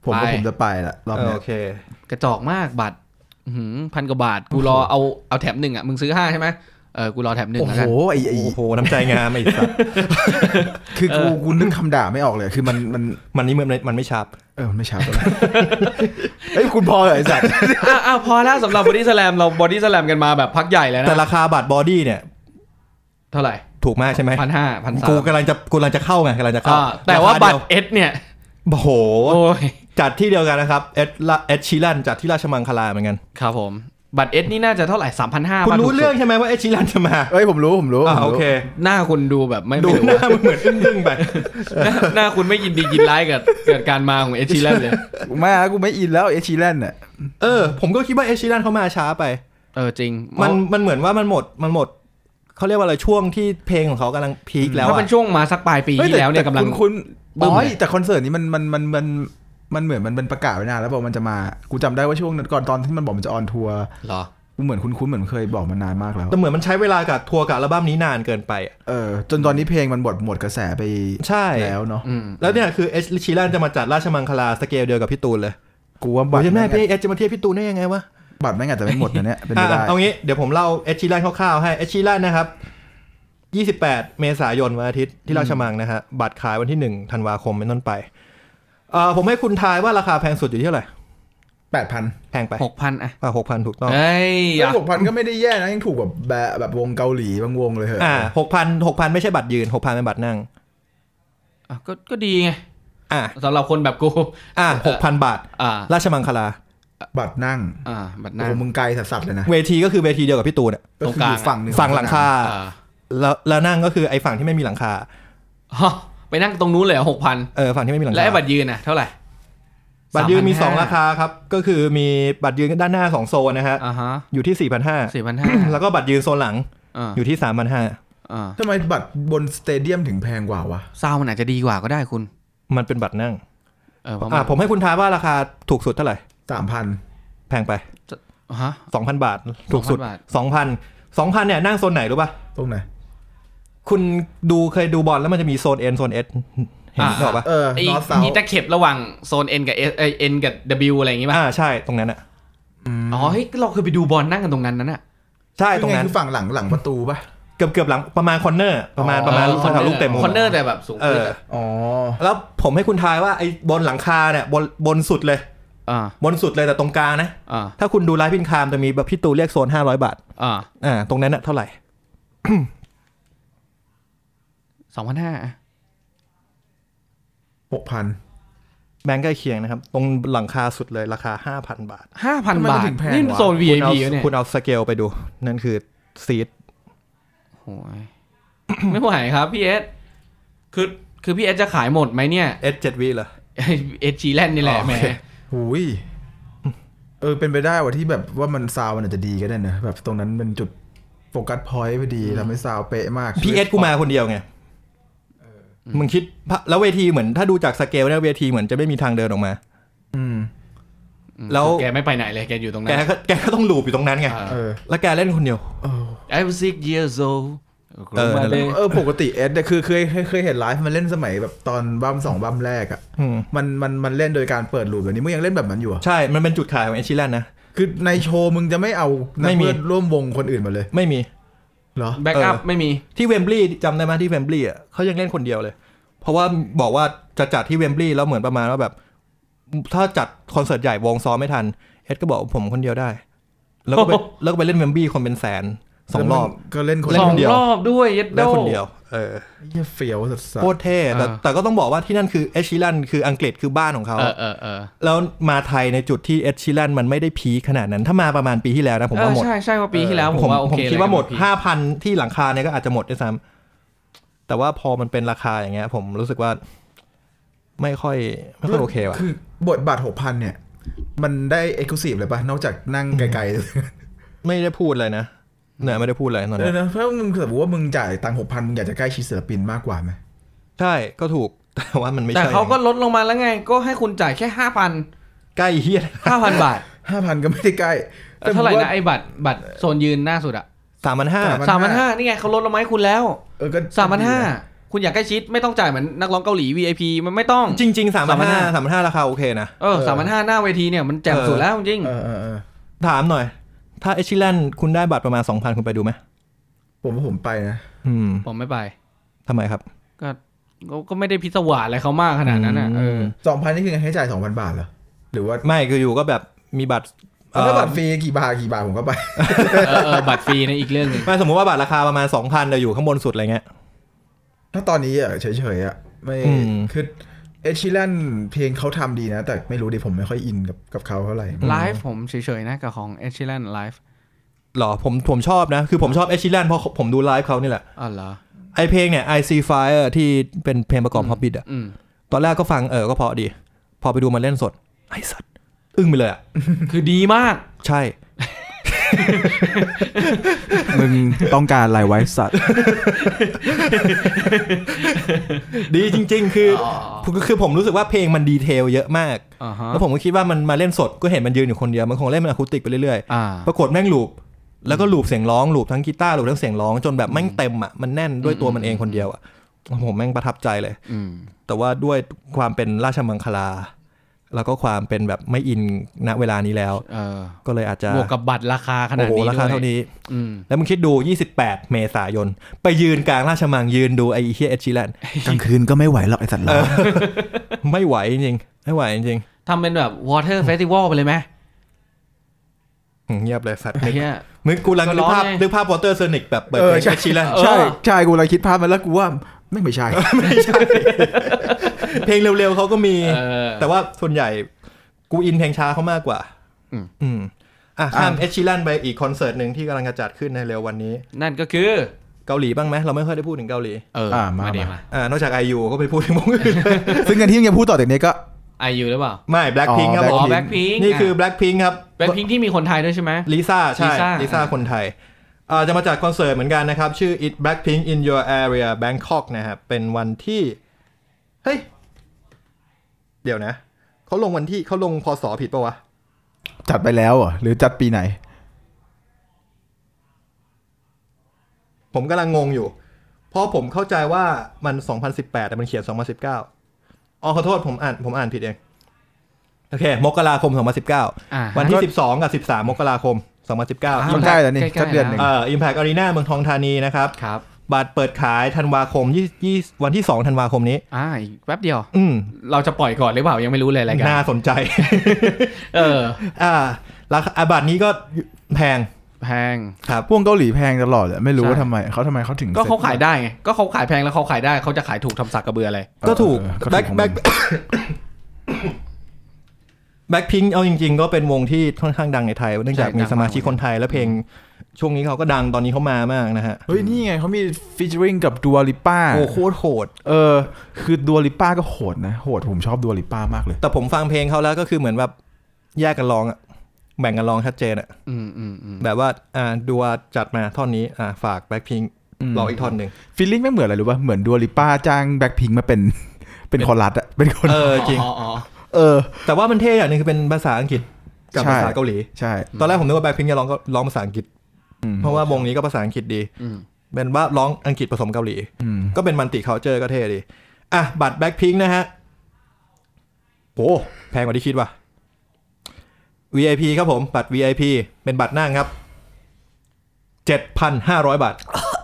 ผมว่าผมจะไปละรอบนี้โอเคกระจอกมากบัตร1,000 กว่าบาทกูรอเอาแถม1อ่ะมึงซื้อ5ใช่ไหมกูรอแถม1แล้วกันโอ้โหน้ำใจงามไอ้สัสคือกูนึกคำด่าไม่ออกเลยคือมันนี่มันไม่ชาร์ปมันไม่ชาร์ปเลยเฮ้ยคุณพอเลยไอ้สัสพอแล้วสำหรับบอดี้สแลมเราบอดี้สแลมกันมาแบบพักใหญ่แล้วนะแต่ราคาบัตรบอดี้เนี่ยเท่าไหร่ถูกมากใช่ไหม 1,500 1,300 กูกำลังจะเข้าไงกำลังจะเข้าแต่ว่าบัตรเอสเนี่ยโอ้โหจัดที่เดียวกันนะครับเอสชิลันจัดที่ราชมังคลาเหมือนกันครับผมบัตรเอสนี่น่าจะเท่าไหร่ 3,500 คุณรู้เรื่องใช่ไหมว่าเอสชิลันจะมาผมรู้โอเคหน้าคุณดูแบบไม่ดูหน้าเหมือนดึงไปหน้าคุณไม่ยินดียินร้ายกับการมาของเอสชิลันเลยกูไม่อินแล้วเอสชิลันน่ะผมก็คิดว่าเอสชิลันเขามาช้าไปจริงมันเหมือนว่ามันหมดเขาเรียกว่าอะไรช่วงที่เพลงของเขากำลังพีคแล้วถ้าเป็นช่วงมาสักปลายปีที่แล้วเนี่ยกำลังคุณแต่คอนเสิร์ตนี้มันเหมือนมันเป็นประกาศไว้นานแล้วบอกมันจะมากูจำได้ว่าช่วงนั้นก่อนตอนที่มันบอกมันจะออนทัวร์เหรอกูเหมือนคุ้นเหมือนเคยบอกมันนานมากแล้วแต่เหมือนมันใช้เวลากับทัวร์กับอัลบั้มนี้นานเกินไปจนตอนนี้เพลงมันหมดกระแสไปใช่แล้วเนาะแล้วเนี่ยคือเอชชิลันจะมาจัดราชมังคลาสเกลเดียวกับพี่ตูนเลยกูว่าบัตรแม่พี่เอชจะมาเทียบพี่ตูนได้ยังไงวะบัตรแม่งอาจจะไม่หมดนะเนี่ยเป็นไปได้เอางี้เดี๋ยวผมเล่าเอชชิลันคร่าวๆให้เอชชิลันนะครับ28 เมษายนวันอาทิตย์ที่ราชมังนะฮะบัตรขายวันที่1 ธันวาคมเป็นต้นไปผมให้คุณทายว่าราคาแพงสุดอยู่ที่เท่าไหร่ 8,000 แพงไป 6,000 อ่ะ 6,000 ถูกต้อง 6,000 ก็ไม่ได้แย่นะยังถูกแบบวงเกาหลีบางวงเลยเหรอ 6,000 ไม่ใช่บัตรยืน 6,000 เป็นบัตรนั่งก็ดีไงสำหรับคนแบบกู 6,000 บาทราชมังคลาบัตรนั่งบัตรนั่งมึงไกลสัสๆเลยนะเวทีก็คือเวทีเดียวกับพี่ตูนตรงกลางฝั่งหลังคาแล้วนั่งก็คือไอ้ฝั่งที่ไม่มีหลังคาไปนั่งตรงนู้นเลย 6,000 ฝั่งที่ไม่มีหลังคาและบัตรยืนเท่าไหร่บัตรยืนมี2ราคาครับก็คือมีบัตรยืนด้านหน้า2โซนนะฮะอยู่ที่ 4,500 แล้วก็บัตรยืนโซนหลังอยู่ที่ 3,500 ทำไมบัตรบนสเตเดียมถึงแพงกว่าวะซาวมันอาจจะดีกว่าก็ได้คุณมันเป็นบัตรนั่งผมให้คุณทายว่าราคาถูกสุดเท่าไหร่ 3,000 แพงไป2,000 บาทถูกสุด 2,000 เนี่ยนั่งโซนไหนรู้ป่ะตรงไหนคุณเคยดูบอลแล้วมันจะมีโซน N โซน S เห็นหรอปะมีตะเข็บระหว่างโซน N กับ N กับ W อะไรอย่างงี้ป่ะใช่ตรงนั้นอ่ะเฮ้ยเราเคยไปดูบอลนั่งกันตรงนั้นน่ะใช่ตรงนั้นคือฝั่งหลังประตูป่ะเกือบหลังประมาณคอร์เนอร์ประมาณลูกเตะมุมคอร์เนอร์แต่แบบสูงขึ้นแล้วผมให้คุณทายว่าไอ้บนหลังคาเนี่ยบนสุดเลยบนสุดเลยแต่ตรงกลางนะถ้าคุณดูไลฟ์พินคามจะมีแบบพี่ตูเรียกโซน500 บาทตรงนั้นน่ะเท่าไหร่ 2,500 6,000 แบงก์ใกล้เคียงนะครับตรงหลังคาสุดเลยราคา 5,000 บาท 5,000 บาทนี่โซน VIP เนี่ยคุณเอาสเกลไปดูนั่นคือซีทโอ้ยไม่ไหวครับพี่เอสคือพี่เอสจะขายหมดไหมเนี่ย S7V เหรอ SG Land นี่แหละแหมหูยเป็นไปได้ว่าที่แบบว่ามันซาวมันอาจจะดีก็ได้นะแบบตรงนั้นเป็นจุดโฟกัสพอยต์พอดีทำให้ซาวเป๊ะมากพี่เอสกูมาคนเดียวไงมึงคิดแล้วเวทีเหมือนถ้าดูจากสเกลเนี่ยเวทีเหมือนจะไม่มีทางเดินออกมาแล้วแกไม่ไปไหนเลยแกอยู่ตรงนั้นแกก็ต้องลูปอยู่ตรงนั้นไงแล้วแกเล่นคนเดียว I was 6 years old ปกติเอสเนี่ยคือเคยเห็นไลฟ์มันเล่นสมัยแบบตอนบัม2บัมแรกอ่ะมันเล่นโดยการเปิดลูปแบบนี้มึงยังเล่นแบบนั้นอยู่ใช่มันเป็นจุดขายของเอชชิแลนนะคือในโชว์มึงจะไม่เอานักเล่นร่วมวงคนอื่นมาเลยไม่มีเหรอแบ็กอัพไม่มีที่เวมบลีย์จำได้ไหมที่เวมบลีย์เขายังเล่นคนเดียวเลยเพราะว่าบอกว่าจะจัดที่เวมบลีย์แล้วเหมือนประมาณว่าแบบถ้าจัดคอนเสิร์ตใหญ่วงซ้อมไม่ทันเอ็ดก็บอกผมคนเดียวได้แล้วก็ไปเล่นเวมบลีย์คนเป็นแสน2 รอบก็เล่นคนเดียว2 รอบด้วยเล่นคนเดียวเฟี้ยวสัสโคตรเท่แต่ก็ต้องบอกว่าที่นั่นคือเอชชิลันคืออังกฤษคือบ้านของเขาแล้วมาไทยในจุดที่เอชชิลันมันไม่ได้พีคขนาดนั้นถ้ามาประมาณปีที่แล้วนะผมว่าหมดใช่ว่าปีที่แล้วผมว่าโอเคผมคิดว่าหมด 5,000 ที่หลังคาเนี่ยก็อาจจะหมดด้วยซ้ำแต่ว่าพอมันเป็นราคาอย่างเงี้ยผมรู้สึกว่าไม่ค่อยโอเคว่ะคือบทบาท 6,000 เนี่ยมันได้เอ็กซ์คลูซีฟเลยป่ะนอกจากนั่งไกลๆไม่ได้พูดเลยนะเนี่ยไม่ได้พูดอะไรตอนนี้เพราะมึงแบบว่ามึงจ่ายตังค์ 6,000 มึงอยากจะใกล้ชิดศิลปินมากกว่าไหมใช่ก็ถูกแต่ว่ามันไม่ใช่แต่เขาก็ลดลงมาแล้วไงก็ให้คุณจ่ายแค่ 5,000 ใกล้เฮีย 5,000 บาท 5,000 ก็ไม่ได้ใกล้เท่าไหร่นะไอ้บัตรโซนยืนหน้าสุดอ่ะ 3,500 นี่ไงเขาลดลงมาให้คุณแล้วก็ 3,500 คุณอยากใกล้ชิดไม่ต้องจ่ายเหมือนนักร้องเกาหลี VIP มันไม่ต้องจริงๆ 3,500 ราคาโอเคนะ 3,500หน้าเวทีเนี่ยมันแจ่มสุดแล้วจริงถามหน่อยถ้าเอชิแลนด์คุณได้บัตรประมาณ 2,000 คุณไปดูไหมผมไปนะผมไม่ไปทำไมครับก็ไม่ได้พิศวาสอะไรเขามากขนาดนั้นนะ 2,000 นี่คือให้จ่าย 2,000 บาทเหรอหรือว่าไม่คืออยู่ก็แบบมีบัตรถ้าบัตรฟรีกี่บาทผมก็ไปบัตรฟรีนะอีกเรื่องนึงไม่สมมติว่าบัตรราคาประมาณ 2,000 แต่อยู่ข้างบนสุดอะไรเงี้ยถ้าตอนนี้เฉยๆไม่คือเอชิแลนเพลงเขาทำดีนะแต่ไม่รู้ดิผมไม่ค่อยอินกับเขาเท่าไหร่ไลฟ์ผมเฉยๆนะกับของเอชิแลนไลฟ์หรอผมชอบนะคือผมชอบเอชิแลนเพราะผมดูไลฟ์เขานี่แหละอ๋อเหรอไอเพลงเนี่ย I See Fire ที่เป็นเพลงประกอบ Hobbit อ่ะตอนแรกก็ฟังก็เพราะดีพอไปดูมันเล่นสดไอ้สัตว์อึ้งไปเลยอ่ะคือดีมากใช่มึงต้องการอะไรไว้สัตว์ดีจริงๆคือผมรู้สึกว่าเพลงมันดีเทลเยอะมากแล้วผมก็คิดว่ามันมาเล่นสดก็เห็นมันยืนอยู่คนเดียวมันคงเล่นมันอะคูสติกไปเรื่อยๆปรากฏแม่งลูปแล้วก็ลูปเสียงร้องลูปทั้งกีตาร์ลูปทั้งเสียงร้องจนแบบแม่งเต็มอ่ะมันแน่นด้วยตัวมันเองคนเดียวอ่ะผมแม่งประทับใจเลยแต่ว่าด้วยความเป็นราชมังคลาแล้วก็ความเป็นแบบไม่อินณเวลานี้แล้วก็เลยอาจจะบวกกับบัตรราคาขนาดนี้ราคาเท่านี้แล้วมึงคิดดู28 เมษายนไปยืนกลางราชมังยืนดูไอ้เฮียเอชิแลนด์กลางคืนก็ไม่ไหวหรอกไอ้สัตว์ไม่ไหวจริงไม่ไหวจริงทำเป็นแบบ Water Festival ไปเลยไหมเงียบเลยสัตว์มึงกูรังนึกภาพ Water Sonic แบบเปิดเพลงเอชิแลนด์ใช่กูเลยคิดภาพมันแล้วกูว่าไม่ใช่เพลงเร็วๆเขาก็มีแต่ว่าส่วนใหญ่กูอินเพลงช้าเขามากกว่าข้ามเอชิแลนด์ไปอีกคอนเสิร์ตนึงที่กำลังจะจัดขึ้นในเร็ววันนี้นั่นก็คือเกาหลีบ้างไหมเราไม่ค่อยได้พูดถึงเกาหลีมาดีมานอกจาก IU ก็ไปพูดถึงวงอื่นซึ่งกันที่ยังพูดต่อจากนี้ก็ IU หรือเปล่าไม่ Blackpink ครับ Blackpink นี่คือ Blackpink ครับ Blackpink ที่มีคนไทยด้วยใช่ไหมลิซ่าใช่ลิซ่าคนไทยจะมาจัดคอนเสิร์ตเหมือนกันนะครับชื่อ It Blackpink in Your Area Bangkok นะครับเป็นวันที่เฮ้ยเดี๋ยวนะเขาลงพศผิดป่าววะจัดไปแล้วเหรอหรือจัดปีไหนผมกำลังงงอยู่เพราะผมเข้าใจว่ามัน2018แต่มันเขียน2019ขอโทษผมอ่านผิดเองโอเคมกราคม2019วันที่12กับ13มกราคม2019 มันใกล้แล้วนี่สักเดือนนึง Impact Arena เมืองทองธานีนะครับบัตรเปิดขายธันวาคมวันที่2ธันวาคมนี้อีกแป๊บเดียวเราจะปล่อยก่อนหรือเปล่ายังไม่รู้เลยอะไรกันน่าสนใจราคาบัตรนี้ก็แพงครับพวกเกาหลีแพงตลอดเลยไม่รู้ว่าทำไมเขาถึงก็เขาขายได้ไงก็เขาขายแพงแล้วเขาขายได้เขาจะขายถูกทำสักกระเบืออะไรก็ถูกBlackpink เอาจริงๆก็เป็นวงที่ค่อนข้างดังในไทยเนื่องจากมีสมาชิกคนไทยและเพลงช่วงนี้เขาก็ดังตอนนี้เขามามากนะฮะเฮ้ยนี่ไงเขามีฟีเจอริ่งกับDua Lipa โคตรโหดคือDua Lipaก็โหดนะโหดผมชอบDua Lipaมากเลยแต่ผมฟังเพลงเขาแล้วก็คือเหมือนแบบแยกกันร้องอ่ะแบ่งกันร้องชัดเจนอ่ะแบบว่าDuaจัดมาท่อนนี้ฝาก Blackpink ร้องอีกท่อนนึงฟีลลิ่งไม่เหมือนอะไรรู้ป่ะเหมือนDua Lipaจ้าง Blackpink มาเป็นคอรัสอ่ะเป็นคนจริงแต่ว่ามันเท่อย่างนึงคือเป็นภาษาอังกฤษกับภาษาเกาหลีใช่ตอนแรกผมนึกว่า Blackpink จะร้องภาษาอังกฤษเพราะว่าวงนี้ก็ภาษาอังกฤษดีเป็นว่าร้องอังกฤษผสมเกาหลีก็เป็นมัลติคัลเจอร์ก็เท่ดีบัตร Blackpink นะฮะโหแพงกว่าที่คิดว่ะ VIP ครับผมบัตร VIP เป็นบัตรนั่งครับ 7,500 บาท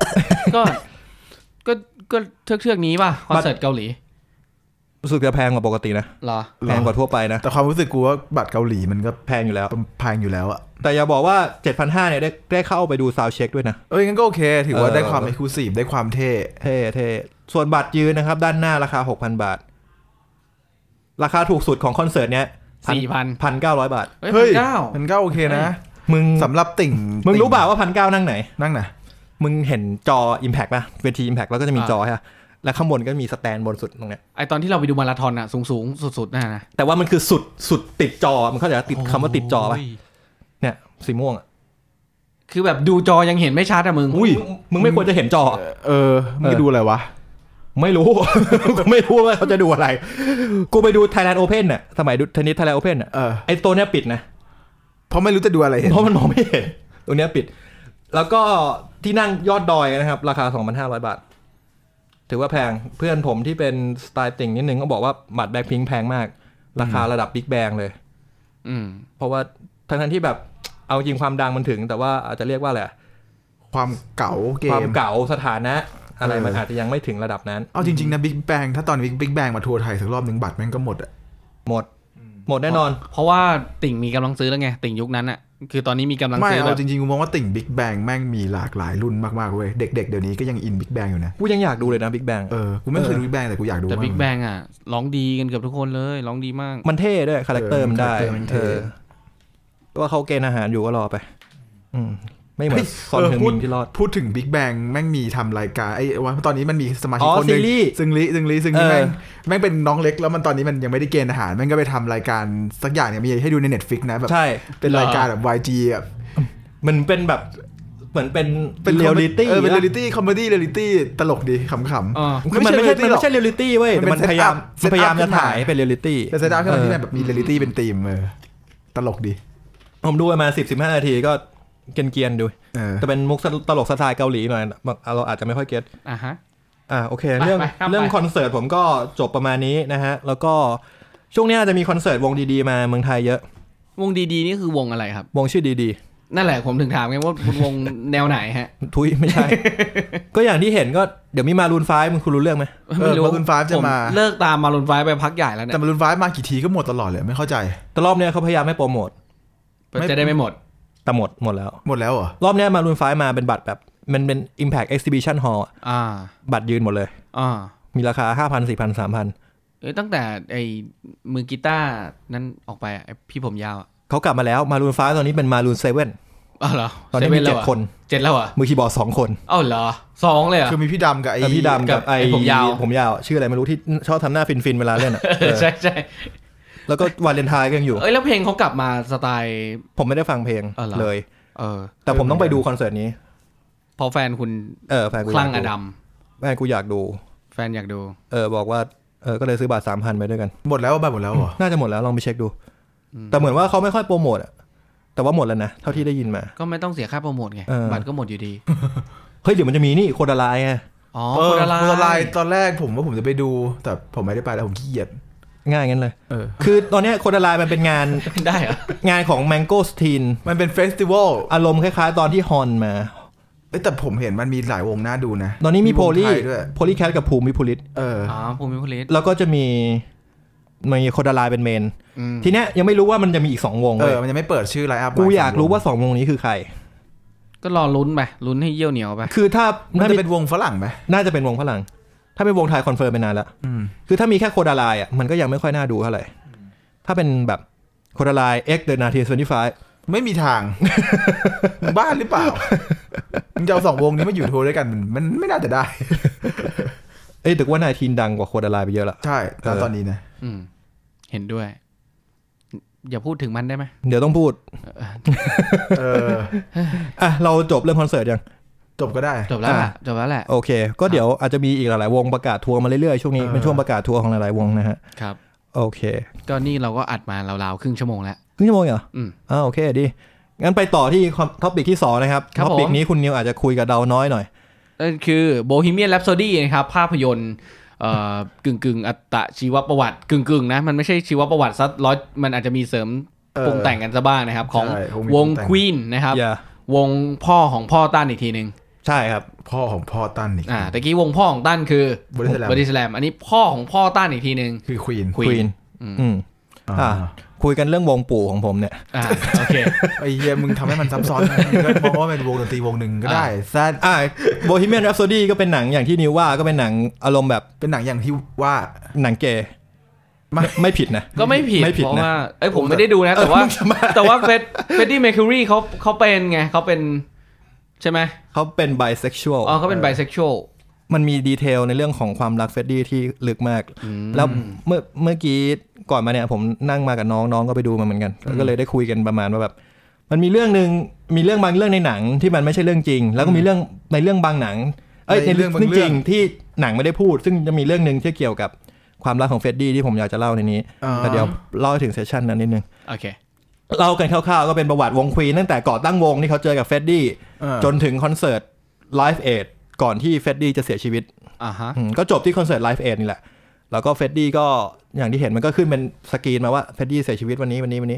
ก็เทือกนี้ป่ะคอนเสิร์ตเกาหลีรู้สึกจะแพงกว่าปกตินะเหรอแพงกว่าทั่วไปนะแต่ความรู้สึกกูว่าบัตรเกาหลีมันก็แพงอยู่แล้วอ่ะแต่อย่าบอกว่า 7,500 เนี่ยได้เข้าไปดูซาวด์เช็คด้วยนะงั้นก็โอเคถือว่าได้ความเอ็กซ์คลูซีฟได้ความเท่ส่วนบัตรยืนนะครับด้านหน้าราคา 6,000 บาทราคาถูกสุดของคอนเสิร์ตเนี้ย 1,900 บาทเฮ้ย1,900โอเคนะมึงสำหรับติ่งมึงรู้ป่าวว่า 1,900 นั่งไหนมึงเห็นจอ Impact ป่ะเวที Impact แล้วก็จะมีจอใช่ป่ะแล้วข้างบนก็มีสแตนบนสุดตรงเนี้ยไอตอนที่เราไปดูมาราธอนอ่ะสูงสุดๆนะแต่ว่ามันคือสุดติดจอมันเข้าใจติดคำว่าติดจอป่ะเนี่ยสีม่วงอ่ะคือแบบดูจอยังเห็นไม่ชัดอะมึงไม่ควรจะเห็นจอมึงจะดูอะไรวะไม่รู้ ไม่รู้ว่าเขาจะดูอะไรกูไปดู Thailand Open น่ะสมัยดูเทนนิส Thailand Open น่ะไอตัวเนี้ยปิดนะเพราะไม่รู้จะดูอะไรเพราะมันมองไม่เห็นตัวเนี้ยปิดแล้วก็ที่นั่งยอดดอยนะครับราคา 2,500 บาทถือว่าแพงเพื่อนผมที่เป็นสไตล์ติ่งนิดนึงก็บอกว่าบัตรแบ็คพิงค์แพงมากราคาระดับบิ๊กแบงเลยเพราะว่าทั้งที่แบบเอาจริงความดังมันถึงแต่ว่าอาจจะเรียกว่าอะไรความเก่าเกมความเก่าสถานะอะไรมันอาจจะยังไม่ถึงระดับนั้นเอาจริงๆนะบิ๊กแบงถ้าตอนบิ๊กแบงมาทัวร์ไทยสักรอบนึงบัตรแม่งก็หมดแน่นอนเพราะว่าติ่งมีกำลังซื้อแล้วไงติ่งยุคนั้นอ่ะคือตอนนี้มีกำลังซื้อแบบจริงๆกูมองว่าติ่งบิ๊กแบงแม่งมีหลากหลายรุ่นมากๆเว้ยเด็กๆเดี๋ยวนี้ก็ยังอินบิ๊กแบงอยู่นะกูยังอยากดูเลยนะบิ๊กแบงกูไม่เคยดูบิ๊กแบงแต่กูอยากดูแต่บิ๊กแบงอ่ะร้องดีกันเกือบทุกคนเลยร้องดีมากมันเท่ด้วยคาแรคเตอร์มันได้ว่าเขาเกณฑ์อาหารอยู่ก็รอไปไม่เหมือนซอนเฮอร์มินที่รอดพูดถึงบิ๊กแบงแม่งมีทำรายการว่าตอนนี้มันมีสมาชิกคนนึงซึ่งแม่งเป็นน้องเล็กแล้วมันตอนนี้มันยังไม่ได้เกณฑ์อาหารแม่งก็ไปทำรายการสักอย่างเนี่ยมีให้ดูใน Netflix นะแบบเป็นรายการแบบ YG แบบมันเป็นแบบเหมือนเป็นเรียลลิตี้เป็นเรียลลิตี้คอมเมดี้เรียลลิตี้ตลกดีขำๆคือมันไม่ใช่เรียลลิตี้เว้ยมันพยายามจะถ่ายเป็นเรียลลิตี้แต่เซตอัพที่แบบมีเรียลลิตี้เป็นธีมตลกดีผมดูมา 10-15 นาทีก็เกรียนๆดูแต่เป็นมุกตลกสไตล์เกาหลีหน่อยเราอาจจะไม่ค่อยเก็ตโอเคเรื่องคอนเสิร์ตผมก็จบประมาณนี้นะฮะแล้วก็ช่วงนี้จะมีคอนเสิร์ตวงดีๆมาเมืองไทยเยอะวงดีๆนี่คือวงอะไรครับวงชื่อดีๆนั่นแหละผมถึงถามไงว่าวงแนวไหนฮะทุยไม่ใช่ ก็อย่างที่เห็นก็เดี๋ยวมีมารูน5มึงคุณรู้เรื่องไหมไม่รู้มารูน5จะมาเลิกตามมารูน5ไปพักใหญ่แล้วเนี่ยแต่มารูน5มากี่ทีก็หมดตลอดเลยไม่เข้าใจแต่รอบนี้เขาพยายามไม่โปรโมทจะได้ไม่หมดแต่หมดแล้วเหรอรอบนี้มารูน5มาเป็นบัตรแบบมันเป็น Impact Exhibition Hall บัตรยืนหมดเลยมีราคา 5,000 4,000 3,000 ตั้งแต่ไอ้มือกีตาร์นั้นออกไปไอ้พี่ผมยาวเขากลับมาแล้วมารูน5ตอนนี้เป็นมารูน7 เหรอตอนนี้มี7 คน 7แล้วอ่ะมือคีย์บอร์ด2 คนเหรอ2เลยอ่ะคือมีพี่ดำกับไอ้พี่ดำกับไอ้ผมยาวชื่ออะไรไม่รู้ที่ชอบทำหน้าฟินเวลาเล่นใช่แล้วก็วาเลนไทน์ก็ยังอยู่แล้วเพลงเขากลับมาสไตล์ผมไม่ได้ฟังเพลงเลยแต่ผมต้องไปดูคอนเสิร์ตนี้พอแฟนคุณแฟนกูคลั่งอดัมแฟนกูอยากดูแฟนอยากดูบอกว่าก็เลยซื้อบัตร 3,000 ไปด้วยกันหมดแล้วบัตรหมดแล้วเหรอน่าจะหมดแล้วลองไปเช็คดูแต่เหมือนว่าเขาไม่ค่อยโปรโมทแต่ว่าหมดแล้วนะเท่าที่ได้ยินมาก็ไม่ต้องเสียค่าโปรโมทไงบัตรก็หมดอยู่ดีเฮ้ยเดี๋ยวมันจะมีนี่โคดาไลน์ไงโคดาไลน์ตอนแรกผมว่าผมจะไปดูแต่ผมไม่ได้ไปแล้วผมขี้เกียจง่ายงั้นเลยคือตอนนี้โคดาไลน์มันเป็นงานได้เหรองานของ Mango Steam มันเป็นเฟสติวัลอารมณ์คล้ายๆตอนที่ฮอนมาแต่ผมเห็นมันมีหลายวงน่าดูนะตอนนี้มีโพลีแคทกับภูมิภูริศภูมิภูริศแล้วก็จะมีโคดาไลน์เป็นเมนทีเนี้ยยังไม่รู้ว่ามันจะมีอีก2วงมันยังไม่เปิดชื่อไลน์อัพกูอยากรู้ว่า2วงนี้คือใครก็รอลุ้นไปลุ้นให้เยี่ยวเหนียวไปคือถ้ามันจะเป็นวงฝรั่งไหมน่าจะเป็นวงฝรั่งถ้าเป็นวงไทยคอนเฟิร์มไปนานแล้วคือถ้ามีแค่โคดาไลน์มันก็ยังไม่ค่อยน่าดูเท่าไหร่ถ้าเป็นแบบโคดาไลน์ X The 1975 ไม่มีทางมึงบ้าหรือเปล่ามึงจะเอา2วงนี้มาอยู่ทัวร์ด้วยกันมันไม่น่าจะได้แต่ว่า19ดังกว่าโคดาไลน์ไปเยอะละใช่ตอนนี้นะเห็นด้วยอย่าพูดถึงมันได้ไหมเดี๋ยวต้องพูดเราจบเรื่องคอนเสิร์ตยังจบก็ได้จบแล้วแหละโอเคก็เดี๋ยวอาจจะมีอีกหลายๆวงประกาศทัวร์มาเรื่อยๆช่วงนี้เป็นช่วงประกาศทัวร์ของหลายๆวงนะฮะครับโอเคก็นี่เราก็อัดมาราวๆครึ่งชั่วโมงแล้วครึ่งชั่วโมงเหรอโอเคดีงั้นไปต่อที่ท็อปิกที่2นะครับท็อปิกนี้คุณนิวอาจจะคุยกับดาวน้อยหน่อยคือ Bohemian Rhapsody นะครับภาพยนตร์กึ่งอัตชีวประวัติกึ่งนะมันไม่ใช่ชีวประวัติซะมันอาจจะมีเสริมปรุงแต่งกันซะบ้างนะครับของวง Queen นะครับวงพ่อของพ่อตั้นอีกทีนึงใช่ครับพ่อของพ่อตั้นอีกตะกี้วงพ่อของตั้นคือบอดี้สแลมอันนี้พ่อของพ่อตั้นอีกทีนึงคือ Queen คุยกันเรื่องวงปู่ของผมเนี่ยโอเคไอ้เหี้ยมึงทำให้มันซับซ้อนก็มองว่าเป็นวงดนตรีวงหนึ่งก็ได้แซด Bohemian Rhapsody ก็เป็นหนังอย่างที่นิวว่าก็เป็นหนังอารมณ์แบบเป็นหนังอย่างที่ว่าหนังเกย์ไม่ผิดนะก็ไม่ผิดเพราะว่าผมไม่ได้ดูนะแต่ว่าเฟดดี้เมคิวรีเขาเป็นไงเขาเป็นใช่ไหมเขาเป็นไบเซ็กชวลเขาเป็นไบเซ็กชวลมันมีดีเทลในเรื่องของความรักเฟดดี้ที่ลึกมากแล้วเมื่อกี้ก่อนมาเนี่ยผมนั่งมากับน้องก็ไปดูมาเหมือนกันก็เลยได้คุยกันประมาณว่าแบบมันมีเรื่องนึงมีเรื่องบางเรื่องในหนังที่มันไม่ใช่เรื่องจริงแล้วก็มีเรื่องในเรื่องบางหนังในเรื่องจริงที่หนังไม่ได้พูดซึ่งจะมีเรื่องนึงที่เกี่ยวกับความรักของเฟดดี้ที่ผมอยากจะเล่าในนี้แต่เดี๋ยวเล่าถึงเซสชั่นนั้นนิดนึงโอเคเล่ากันคร่าวๆก็เป็นประวัติวงควีนตั้งแต่ก่อตั้งวงที่เขาเจอกับเฟดดี้จนถึงคอนเสิร์ต Live Aid ก่อนที่เฟดดี้จะเสียชีวิตก็จบที่คอนเสิร์ต Live Aid นี่แหละแล้วก็เฟดดี้ก็อย่างที่เห็นมันก็ขึ้นเป็นสกรีนมาว่าเฟดดี้เสียชีวิตวันนี้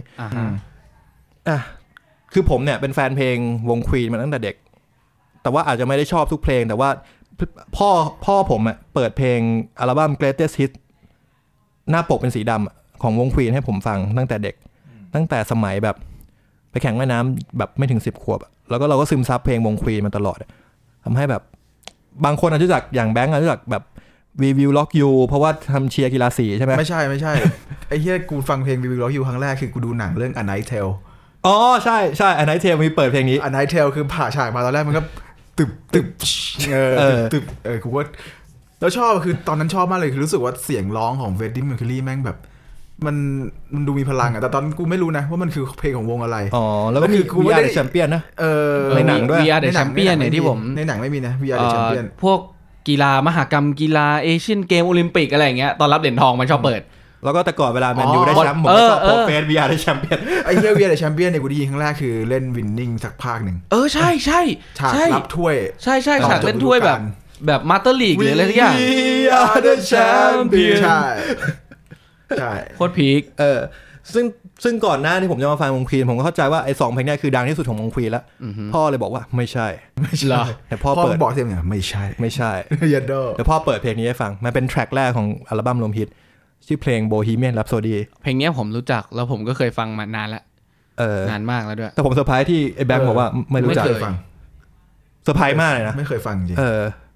คือผมเนี่ยเป็นแฟนเพลงวง Queen มาตั้งแต่เด็กแต่ว่าอาจจะไม่ได้ชอบทุกเพลงแต่ว่าพ่อผมเปิดเพลงอัลบั้ม Greatest Hits หน้าปกเป็นสีดำของวง Queen ให้ผมฟังตั้งแต่เด็กตั้งแต่สมัยแบบไปแข่งว่ายน้ำแบบไม่ถึง10 ขวบแล้วก็เราก็ซึมซับเพลงวง Queen มาตลอดทำให้แบบบางคนอาจจะรู้จักอย่างแบงค์อาจจะรู้จักแบบ We Will Rock You เพราะว่าทำเชียร์กีฬาสีใช่ไหมไม่ใช่ ไอ้เหี้ยกูฟังเพลง We Will Rock You ครั้งแรกคือกูดูหนังเรื่อง A Night Tale อ๋อใช่A Night Tale มีเปิดเพลงนี้ A Night Tale คือผ่าฉากมาตอนแรกมันก็ตึบกูว่าแล้วชอบคือตอนนั้นชอบมากเลยคือรู้สึกว่าเสียงร้องของเฟรดดี้ เมอร์คิวรีแม่งแบบมันดูมีพลังแต่ตอนกูไม่รู้นะว่ามันคือเพลงของวงอะไรแล้วก็มี We Are the Champion นะในหนังด้วย We Are the Champion เนี่ยที่ผมในหนังไม่มีนะ We Are the Champion พวกกีฬามหกรรมกีฬาเอเชียนเกมโอลิมปิกอะไรอย่างเงี้ยตอนรับเหรียญทองมันชอบเปิดแล้วก็แต่ก่อนเวลาแมนยูได้แชมป์ผมก็ชอบโปรเฟส We Are the Champion ไอ้เหี้ย We Are the Championเนี่ยกูได้ยินครั้งแรกคือเล่นวินนิ่งสักภาคนึงใช่ฉากรับถ้วยใช่ฉากเล่นถ้วยแบบมาสเตอร์ลีกหรืออะไรทุกอย่าง We Are the Champion ใช่โคตรพีคซึ่งก่อนหน้าที่ผมจะมาฟังวง Queen ผมก็เข้าใจว่าไอ้2เพลงนี้คือดังที่สุดของวง Queen แล้วพ่อเลยบอกว่าไม่ใช่แต่พ่อเปิดบอกเสียงไม่ใช่ยัดโดแต่พ่อเปิดเพลงนี้ให้ฟังมันเป็นแทร็กแรกของอัลบั้มรวมฮิตชื่อเพลง Bohemian Rhapsody เพลงนี้ผมรู้จักแล้วผมก็เคยฟังมานานแล้วนานมากแล้วด้วยแต่ผมเซอร์ไพรส์ที่ไอ้แบงค์บอกว่าไม่รู้จักฟังเซอร์ไพรส์มากเลยนะไม่เคยฟังจริง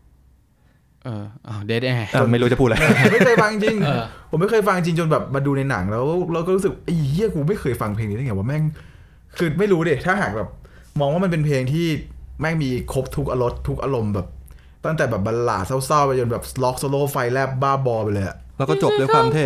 เดดแอร์ไม่รู้จะพูดอะไรไม่เคยฟังจริงผมไม่เคยฟังจริงจนแบบมาดูในหนังแล้วเราก็รู้สึกไอ้เหี้ยกูไม่เคยฟังเพลงนี้ได้ไงว่าแม่งคือไม่รู้ดิถ้าหากแบบมองว่ามันเป็นเพลงที่แม่งมีครบทุกอรสทุกอารมณ์แบบตั้งแต่แบบบัลลาดเศร้าๆไปจนแบบล็อกโซโล่ไฟแลบบ้าบอไปเลยแล้วก็จบด้วยความเท่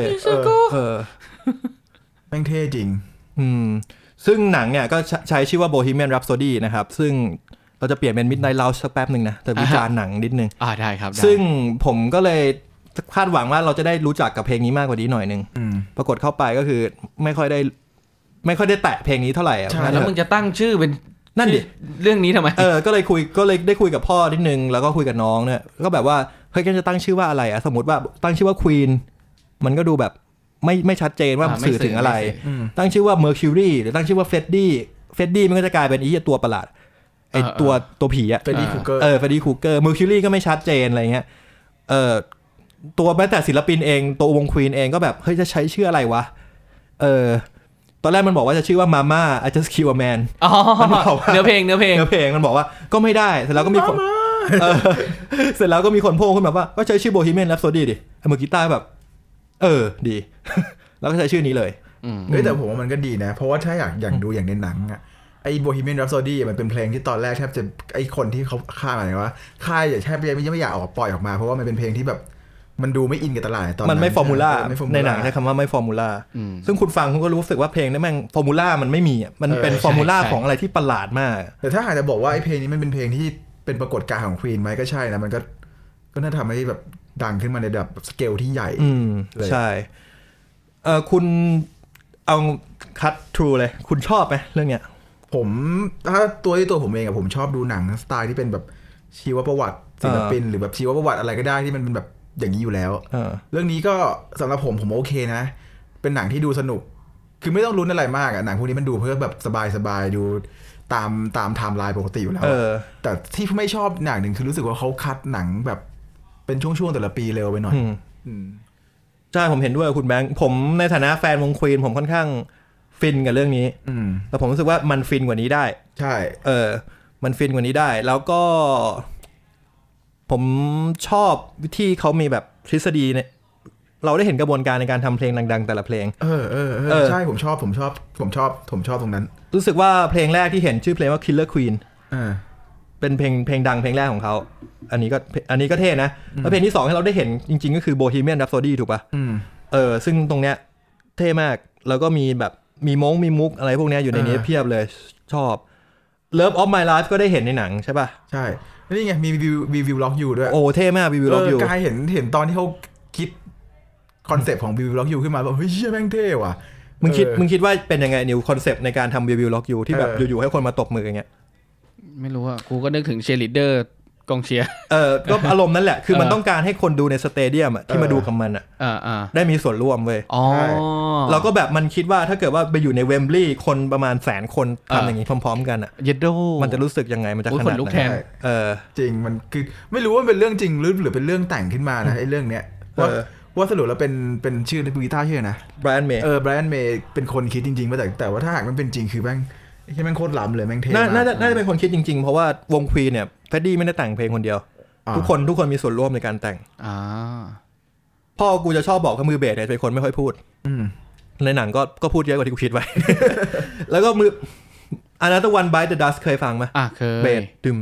แม่งเท่จริงซึ่งหนังเนี่ยก็ใช้ชื่อว่า Bohemian Rhapsody นะครับซึ่งเราจะเปลี่ยนเป็น Midnight Lounge สักแป๊บนึงนะแต่วิจารณ์หนังนิดนึงได้ครับซึ่งผมก็เลยคาดหวังว่าเราจะได้รู้จักกับเพลงนี้มากกว่านี้หน่อยนึงปรากฏเข้าไปก็คือไม่ค่อยได้แตะเพลงนี้เท่าไหร่แล้วมึงจะตั้งชื่อเป็นนั่นดิเรื่องนี้ทำไมก็เลยได้คุยกับพ่อนิดนึงแล้วก็คุยกับน้องเนี่ยก็แบบว่าเฮ้ยจะตั้งชื่อว่าอะไรสมมติว่าตั้งชื่อว่า Queen มันก็ดูแบบไม่ชัดเจนว่าสื่อถึงอะไรตั้งชื่อว่า Mercury หรือตั้งชื่อว่า Freddie มันก็จะกลายเป็นอีตัวประหลาดไอตัวผีอะ Freddie Krueger Freddie Krueger Mercury ก็ไม่ชัดเจนอะไรเงี้ยตัวแม้แต่ศิลปินเองตัววง Queen เองก็แบบเฮ้ยจะใช้ชื่ออะไรวะตอนแรกมันบอกว่าจะชื่อว่า Mama I Just Kill a Man มันบอกเนื้อเพลงมันบอกว่าก็ไม่ได้เสร็จแล้วก็มีคนเสร็จแล้วก็มีคนโพสต์ขึ้นมาว่าก็ใช้ชื่อ Bohemian Rhapsody ดิมือกีตาร์แบบดีแล้วก็ใช้ชื่อนี้เลยแต่ผมว่ามันก็ดีนะเพราะว่าถ้าอยากดูอย่างในหนังอะไอ้ Bohemian Rhapsody มันเป็นเพลงที่ตอนแรกแทบจะไอ้คนที่เขาฆ่าอะไรวะค่ายแทบไม่อยากออกปล่อยออกมาเพราะว่ามันเป็นเพลงที่แบบมันดูไม่อินกับตลาดตอนนั้นมันไม่ฟอร์มูล่าในหนังใช้คำว่าไม่ฟอร์มูล่าซึ่งคุณฟังคุณก็รู้สึกว่าเพลงนี้แม่งฟอร์มูล่ามันไม่มีมันเป็นฟอร์มูล่าของอะไรที่ประหลาดมากแต่ถ้าหากจะบอกว่าไอ้เพลงนี้มันเป็นเพลงที่เป็นปรากฏการณ์ของ Queen ไหมก็ใช่นะมันก็น่าทำให้แบบดังขึ้นมาในระดับสเกลที่ใหญ่เลยใช่คุณเอาคัททรูเลยคุณชอบไหมเรื่องเนี้ยผมถ้าตัวผมเองอะผมชอบดูหนังสไตล์ที่เป็นแบบชีวประวัติศิลปินหรือแบบชีวประวัติอะไรก็ได้ที่มันเป็นแบบอย่างนี้อยู่แล้วเรื่องนี้ก็สำหรับผมโอเคนะเป็นหนังที่ดูสนุกคือไม่ต้องลุ้นอะไรมากอะหนังพวกนี้มันดูเพื่อแบบสบายๆดูตามไทม์ไลน์ปกติอยู่แล้วแต่ที่ไม่ชอบอย่างหนึ่งคือรู้สึกว่าเขาคัดหนังแบบเป็นช่วงๆแต่ละปีเร็วไปหน่อยใช่ผมเห็นด้วยคุณแบงค์ผมในฐานะแฟนวง Queen ผมค่อนข้างฟินกับเรื่องนี้แต่ผมรู้สึกว่ามันฟินกว่านี้ได้ใช่มันฟินกว่านี้ได้แล้วก็ผมชอบวิธีเขามีแบบทฤษฎีเนี่ยเราได้เห็นกระบวนการในการทำเพลงดังๆแต่ละเพลงใช่ผมชอบตรงนั้นรู้สึกว่าเพลงแรกที่เห็นชื่อเพลงว่า Killer Queen เป็นเพลงดังเพลงแรกของเขาอันนี้ก็เท่นะแล้วเพลงที่2ที่เราได้เห็นจริงๆก็คือ Bohemian Rhapsody ถูกป่ะซึ่งตรงเนี้ยเท่มากแล้วก็มีแบบมีมุกอะไรพวกนี้อยู่ในนี้เพียบเลยชอบ Love of My Life ก็ได้เห็นในหนังใช่ป่ะใช่นี่ไงมี We Will Rock You ด้วยโอ้เท่มาก We Will Rock You กายเห็นตอนที่เขาคิดคอนเซปต์ของ We Will Rock You ขึ้นมาแบบเฮ้ยเหี้ยแม่งเท่ว่ะมึงคิดว่าเป็นยังไงนิวคอนเซปต์ในการทำ We Will Rock You ที่แบบอยู่ๆให้คนมาตบมืออย่างเงี้ยไม่รู้อ่ะกูก็นึกถึงเชียร์ลีดเดอร์กองเชียร์ก็อารมณ์นั่นแหละคือมันต้องการให้คนดูในสเตเดียมที่มาดูกับมันได้มีส่วนร่วมเว้ยเราก็แบบมันคิดว่าถ้าเกิดว่าไปอยู่ในเวมบลีย์คนประมาณ100,000 คนทำอย่างนี้พร้อมๆกันเย็ดโดมันจะรู้สึกยังไงมันจะขนาดไหนจริงมันคือไม่รู้ว่าเป็นเรื่องจริงหรือเป็นเรื่องแต่งขึ้นมานะไอ้เรื่องเนี้ยว่าสรุปแล้วเป็นชื่อในกีตาร์ชื่อนะไบรอันเมย์ไบรอันเมย์เป็นคนคิดจริงๆแต่ว่าถ้าหากมันเป็นจริงคือแม่งโคตรล้ำเลยแม่งเท่น่าจะเป็นคนคิดจริงๆเพราะว่าวงควีนเนี่ยเฟรดดี้ไม่ได้แต่งเพลงคนเดียวทุกคนมีส่วนร่วมในการแต่งพ่อกูจะชอบบอกว่ามือเบสเนี่ยเป็นคนไม่ค่อยพูดในหนังก็พูดเยอะกว่าที่กูคิดไว้ แล้วก็มือAnother One Bite the Dust เคยฟังไหมเคยเบสดึม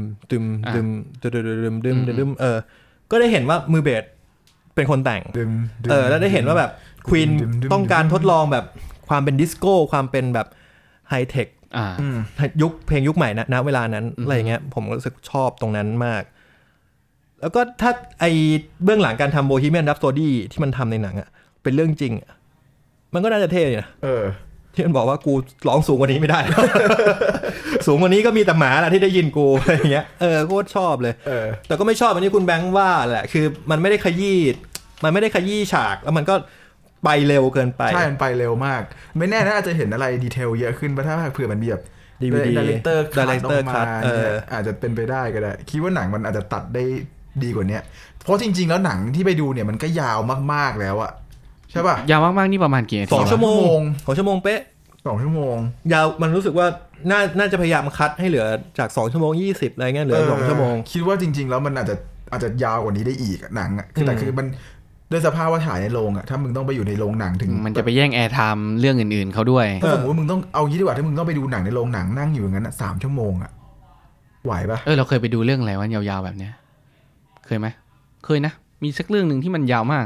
ก็ได้เห็นว่ามือเบสเป็นคนแต่งแล้วได้เห็นว่าแบบควีนต้องการทดลองแบบความเป็นดิสโก้ความเป็นแบบไฮเทคยุคเพลงยุคใหม่ณเวลานั้นอะไรอย่างเงี้ยผมรู้สึกชอบตรงนั้นมากแล้วก็ถ้าไอเบื้องหลังการทำ Bohemian Rhapsody ที่มันทำในหนังอ่ะเป็นเรื่องจริงมันก็น่าจะเท่นะที่มันบอกว่ากูร้องสูงกว่านี้ไม่ได้ สูงกว่านี้ก็มีแต่หมาแหละที่ได้ยินกูอะไรอย่างเงี้ยโคตรชอบเลยแต่ก็ไม่ชอบอันนี้คุณแบงค์ว่าแหละคือมันไม่ได้ขยี้ฉากแล้วมันก็ไปเร็วเกินไปใช่มันไปเร็วมากไม่แน่นะอาจจะเห็นอะไรดีเทลเยอะขึ้นถ้าเผื่อมันมีแบบ DVD ไดเรคเตอร์คัทอาจจะเป็นไปได้ก็ได้คิดว่าหนังมันอาจจะตัดได้ดีกว่านี้เพราะจริงๆแล้วหนังที่ไปดูเนี่ยมันก็ยาวมากๆแล้วอะใช่ป่ะยาวมากๆนี่ประมาณกี่นาที 2 ชั่วโมง2 ชั่วโมงเป๊ะ 2 ชั่วโมงยาวมันรู้สึกว่าน่าจะพยายามคัดให้เหลือจาก2 ชั่วโมง 20อะไรเงี้ยเหลือ2 ชั่วโมงคิดว่าจริงๆแล้วมันอาจจะยาวกว่านี้ได้อีกหนังอะแต่คือมันด้วยสภาพว่าถ่ายในโรงอะถ้ามึงต้องไปอยู่ในโรงหนังถึงมันจะไปแย่งแอร์ไทม์เรื่องอื่นๆเขาด้วยถ้าสมมติว่ามึงต้องเอางี้ดีกว่าถ้ามึงต้องไปดูหนังในโรงหนังนั่งอยู่อย่างนั้น3 ชั่วโมงอะไหวปะเราเคยไปดูเรื่องอะไรวะยาวๆแบบเนี้ยเคยไหมเคยนะมีสักเรื่องนึงที่มันยาวมาก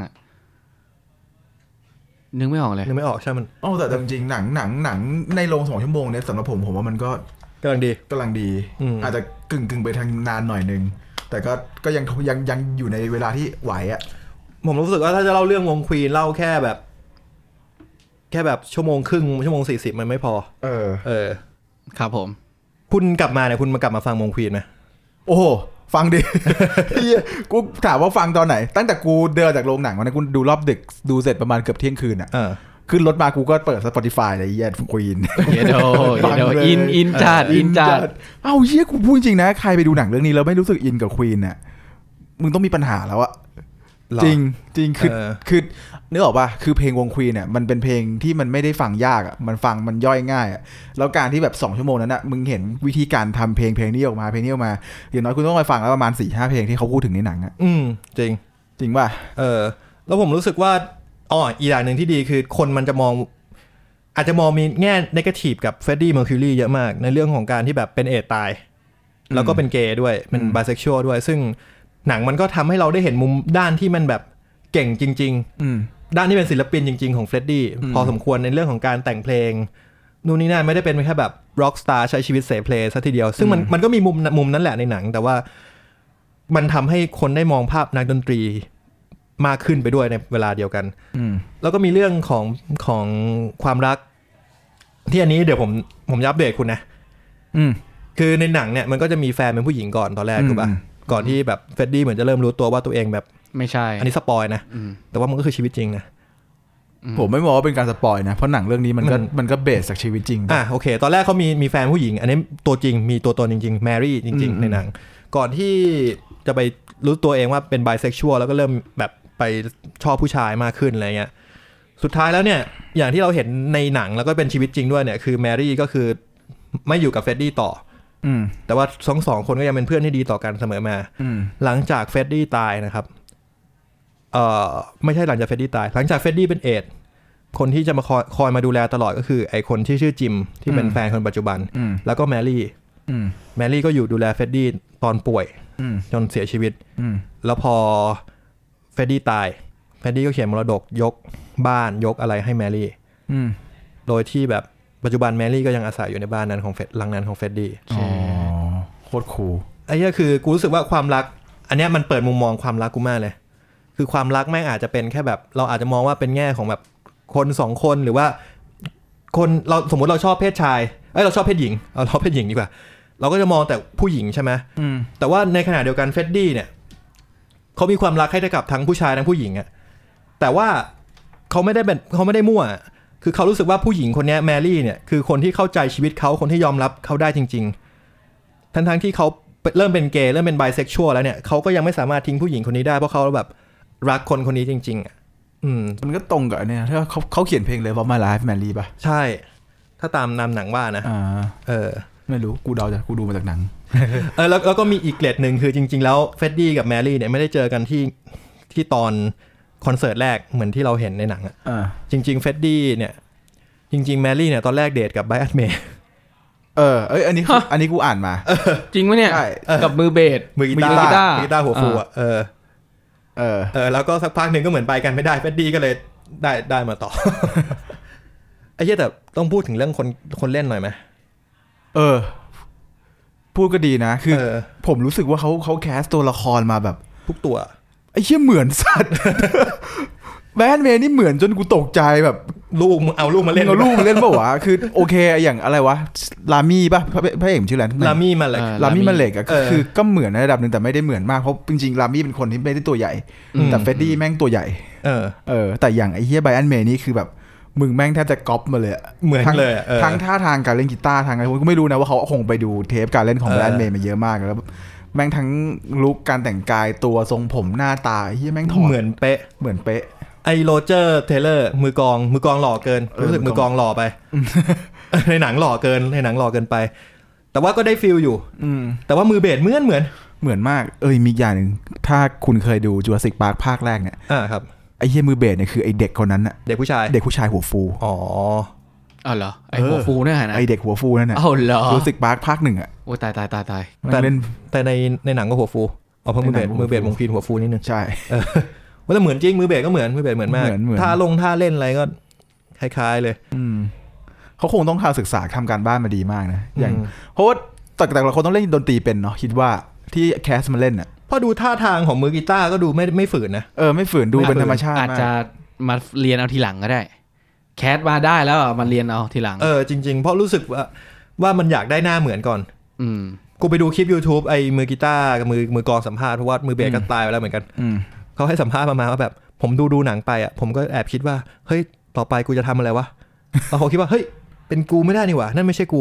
นึกไม่ออกเลยนึกไม่ออกใช่มันแต่จริงๆหนังในโรง2 ชั่วโมงเนี่ยสำหรับผมว่ามันก็กำลังดีอาจจะกึ่งไปทางนานหน่อยนึงแต่ก็ยังอยู่ในเวลาที่ไหวอะผมรู้สึกว่าถ้าจะเล่าเรื่องวงควีนเล่าแค่แบบชั่วโมงครึ่งชั่วโมง40มันไม่พอครับผมคุณกลับมาเนี่ยคุณมากลับมาฟังวงควีนไหมโอ้โหฟังดิ กูถามว่าฟังตอนไหนตั้งแต่กูเดินจากโรงหนังวันนั้นกูดูรอบดึกดูเสร็จประมาณเกือบเที่ยงคืนอ่ะขึ้นรถมากูก็เปิด Spotify เลยแย่ควีนอินจัดเอ้าเหี้ยกูพูดจริงนะใครไปดูหนังเรื่องนี้แล้วไม่รู้สึกอินกับควีนน่ะมึงต้องมีปัญหาแล้วอะจริงคือนึกออกป่ะคือเพลงวงควีนเนี่ยมันเป็นเพลงที่มันไม่ได้ฟังยากอ่ะมันฟังมันย่อยง่ายอ่ะแล้วการที่แบบ2 ชั่วโมงนั้นอ่ะมึงเห็นวิธีการทำเพลงนี้ออกมาอย่างน้อยคุณต้องไปฟังแล้วประมาณ 4-5 เพลงที่เขาพูดถึงในหนังอ่ะจริงป่ะแล้วผมรู้สึกว่าอีกอย่างนึงที่ดีคือคนมันจะมองอาจจะมองมีแง่เนกาทีฟกับเฟรดดี้เมอร์คิวรีเยอะมากในเรื่องของการที่แบบเป็นเอดตายแล้วก็เป็นเกย์ด้วยเป็นไบเซ็กชวลด้วยซึ่งหนังมันก็ทำให้เราได้เห็นมุมด้านที่มันแบบเก่งจริงๆด้านที่เป็นศิลปินจริงๆของเฟรดดี้พอสมควรในเรื่องของการแต่งเพลงนู่นนี่นั่นไม่ได้เป็นแค่แบบร็อกสตาร์ใช้ชีวิตเสเพลย์ซะทีเดียวซึ่งมันก็มีมุมนั้นแหละในหนังแต่ว่ามันทำให้คนได้มองภาพนักดนตรีมากขึ้นไปด้วยในเวลาเดียวกันแล้วก็มีเรื่องของความรักที่อันนี้เดี๋ยวผมอัปเดตคุณนะคือในหนังเนี่ยมันก็จะมีแฟนเป็นผู้หญิงก่อนตอนแรกถูกป่ะก่อนที่แบบเฟรดดี้เหมือนจะเริ่มรู้ตัวว่าตัวเองแบบไม่ใช่อันนี้สปอยนะแต่ว่ามันก็คือชีวิตจริงนะผมไม่มองว่าเป็นการสปอยนะเพราะหนังเรื่องนี้มันก็เบสจากชีวิตจริงโอเคตอนแรกเขามีแฟนผู้หญิงอันนี้ตัวจริงมีตัวตนจริงๆแมรี่จริงๆในหนังก่อนที่จะไปรู้ตัวเองว่าเป็นไบเซ็กชวลแล้วก็เริ่มแบบไปชอบผู้ชายมากขึ้นอะไรเงี้ยสุดท้ายแล้วเนี่ยอย่างที่เราเห็นในหนังแล้วก็เป็นชีวิตจริงด้วยเนี่ยคือแมรี่ก็คือไม่อยู่กับเฟรดดี้ต่อแต่ว่าสองคนก็ยังเป็นเพื่อนที่ดีต่อกันเสมอมาหลังจากเฟรดดี้ตายนะครับไม่ใช่หลังจากเฟรดดี้ตายหลังจากเฟรดดี้เป็นเอดส์คนที่จะมาคอยมาดูแลตลอดก็คือไอคนที่ชื่อจิมที่เป็นแฟนคนปัจจุบันแล้วก็แมรี่ก็อยู่ดูแลเฟรดดี้ตอนป่วยจนเสียชีวิตแล้วพอเฟรดดี้ตายเฟรดดี้ก็เขียนมรดกยกบ้านยกอะไรให้แมรี่โดยที่แบบปัจจุบันแมรี่ก็ยังอาศัยอยู่ในบ้านนั้นของหลังนั้นของเฟรดดี้โคตรคูลไอ้เหี้ยคือกูรู้สึกว่าความรักอันเนี้ยมันเปิดมุมมองความรักกูมากเลยคือความรักแม่งอาจจะเป็นแค่แบบเราอาจจะมองว่าเป็นแง่ของแบบคน2 คนหรือว่าคนเราสมมติเราชอบเพศชายเราชอบเพศหญิงเราชอบเพศหญิงดีกว่าเราก็จะมองแต่ผู้หญิงใช่ไหมแต่ว่าในขณะเดียวกันเฟรดดี้เนี่ยเขามีความรักให้กับทั้งผู้ชายทั้งผู้หญิงอะแต่ว่าเขาไม่ได้มั่วคือเขารู้สึกว่าผู้หญิงคนนี้แมรี่เนี่ยคือคนที่เข้าใจชีวิตเขาคนที่ยอมรับเขาได้จริงๆทั้งที่เขาเริ่มเป็นเกย์เริ่มเป็นไบเซ็กชวลแล้วเนี่ยเขาก็ยังไม่สามารถทิ้งผู้หญิงคนนี้ได้เพราะเขาแบบรักคนนี้จริงๆอ่ะมันก็ตรงกับเนี่ยถ้าเขาเขียนเพลงเลยว่า My Life Mary ป่ะใช่ถ้าตามนำหนังว่านะไม่รู้กูเดาจากกูดูมาจากหนังแล้วก็มีอีกเกรดหนึ่งคือจริงๆแล้วเฟรดดี้กับแมรี่เนี่ยไม่ได้เจอกันที่ตอนคอนเสิร์ตแรกเหมือนที่เราเห็นในหนังอ่ะจริงๆเฟรดดี้เนี่ยจริงๆแมรี่เนี่ยตอนแรกเดทกับไบรอันเมย์อันนี้กูอ่านมาจริงไหมเนี่ยกับมือเบสมือกีตาร์หัวฟูอ่ะแล้วก็สักพักหนึ่งก็เหมือนไปกันไม่ได้เฟรดดี้ก็เลยได้มาต่อไอ้เหี้ยแต่ต้องพูดถึงเรื่องคนเล่นหน่อยไหมพูดก็ดีนะคือผมรู้สึกว่าเขาแคสตัวละครมาแบบทุกตัวไอ้เหี้ยเหมือนสัตว์แบทแมนนี่เหมือนจนกูตกใจแบบลูกเอาลูกมาเล่นป่าวะคือโอเคอย่างอะไรวะลามี่ป่ะพระเอกชื่ออะไรลามี่มาเล็กอะคือก็เหมือนในระดับนึงแต่ไม่ได้เหมือนมากเพราะจริงๆลามี่เป็นคนที่ไม่ได้ตัวใหญ่แต่เฟรดดี้แม่งตัวใหญ่แต่อย่างไอ้เหี้ยไบรอันเมย์นี่คือแบบมึงแม่งแทบจะก๊อปมาเลยเหมือนเลยทั้งท่าทางการเล่นกีตาร์ทางอะไรผมก็ไม่รู้นะว่าเขาคงไปดูเทปการเล่นของไบรอันเมย์มาเยอะมากแล้วแม่งทั้งลุคการแต่งกายตัวทรงผมหน้าตาเหี้ยแม่งเหมือนเป๊ะไอโรเจอร์เทเลอร์มือกองหล่อเกินรู้สึกมือกองหล่อไปในหนังหล่อเกินไปแต่ว่าก็ได้ฟีลอยู่แต่ว่ามือเบสเหมือนมากมีอย่างนึงถ้าคุณเคยดูจูราสสิคพาร์คภาคแรกเนี่ยครับไอ้เหี้ยมือเบสเนี่ยคือไอ้เด็กคนนั้นน่ะเด็กผู้ชายหัวฟูเหรอไอ้หัวฟูเนี่ยนะไอ้เด็กหัวฟูนั่นน่ะเหรอจูราสสิคพาร์คภาค1อ่ะโอ้ตายแต่ในหนังก็หัวฟูเพราะมือเบสวงพีนหัวฟูนิดนึงใช่ว่าแต่เหมือนจริงมือเบสก็เหมือนมากท่าเล่นอะไรก็คล้ายๆเลยเขาคงต้องศึกษาทำการบ้านมาดีมากนะอย่างเพราะว่าแต่ละคนต้องเล่นดนตรีเป็นเนาะคิดว่าที่แคสมาเล่นอ่ะพอดูท่าทางของมือกีตาร์ก็ดูไม่ฝืนนะไม่ฝืนดูเป็นธรรมชาติอาจจะมาเรียนเอาทีหลังก็ได้แคสมาได้แล้วมันเรียนเอาทีหลังจริงๆเพราะรู้สึกว่ามันอยากได้หน้าเหมือนก่อนกูไปดูคลิป YouTube ไอ้มือกีตาร์กับมือกลองสัมภาษณ์เพราะว่ามือเบสก็ตายไปแล้วเหมือนกันเขาให้สัมภาษณ์มาว่าแบบผมดูหนังไปอ่ะผมก็แอบคิดว่าเฮ้ยต่อไปกูจะทำอะไรวะแล้วเขาคิดว่าเฮ้ยเป็นกูไม่ได้นี่หว่านั่นไม่ใช่กู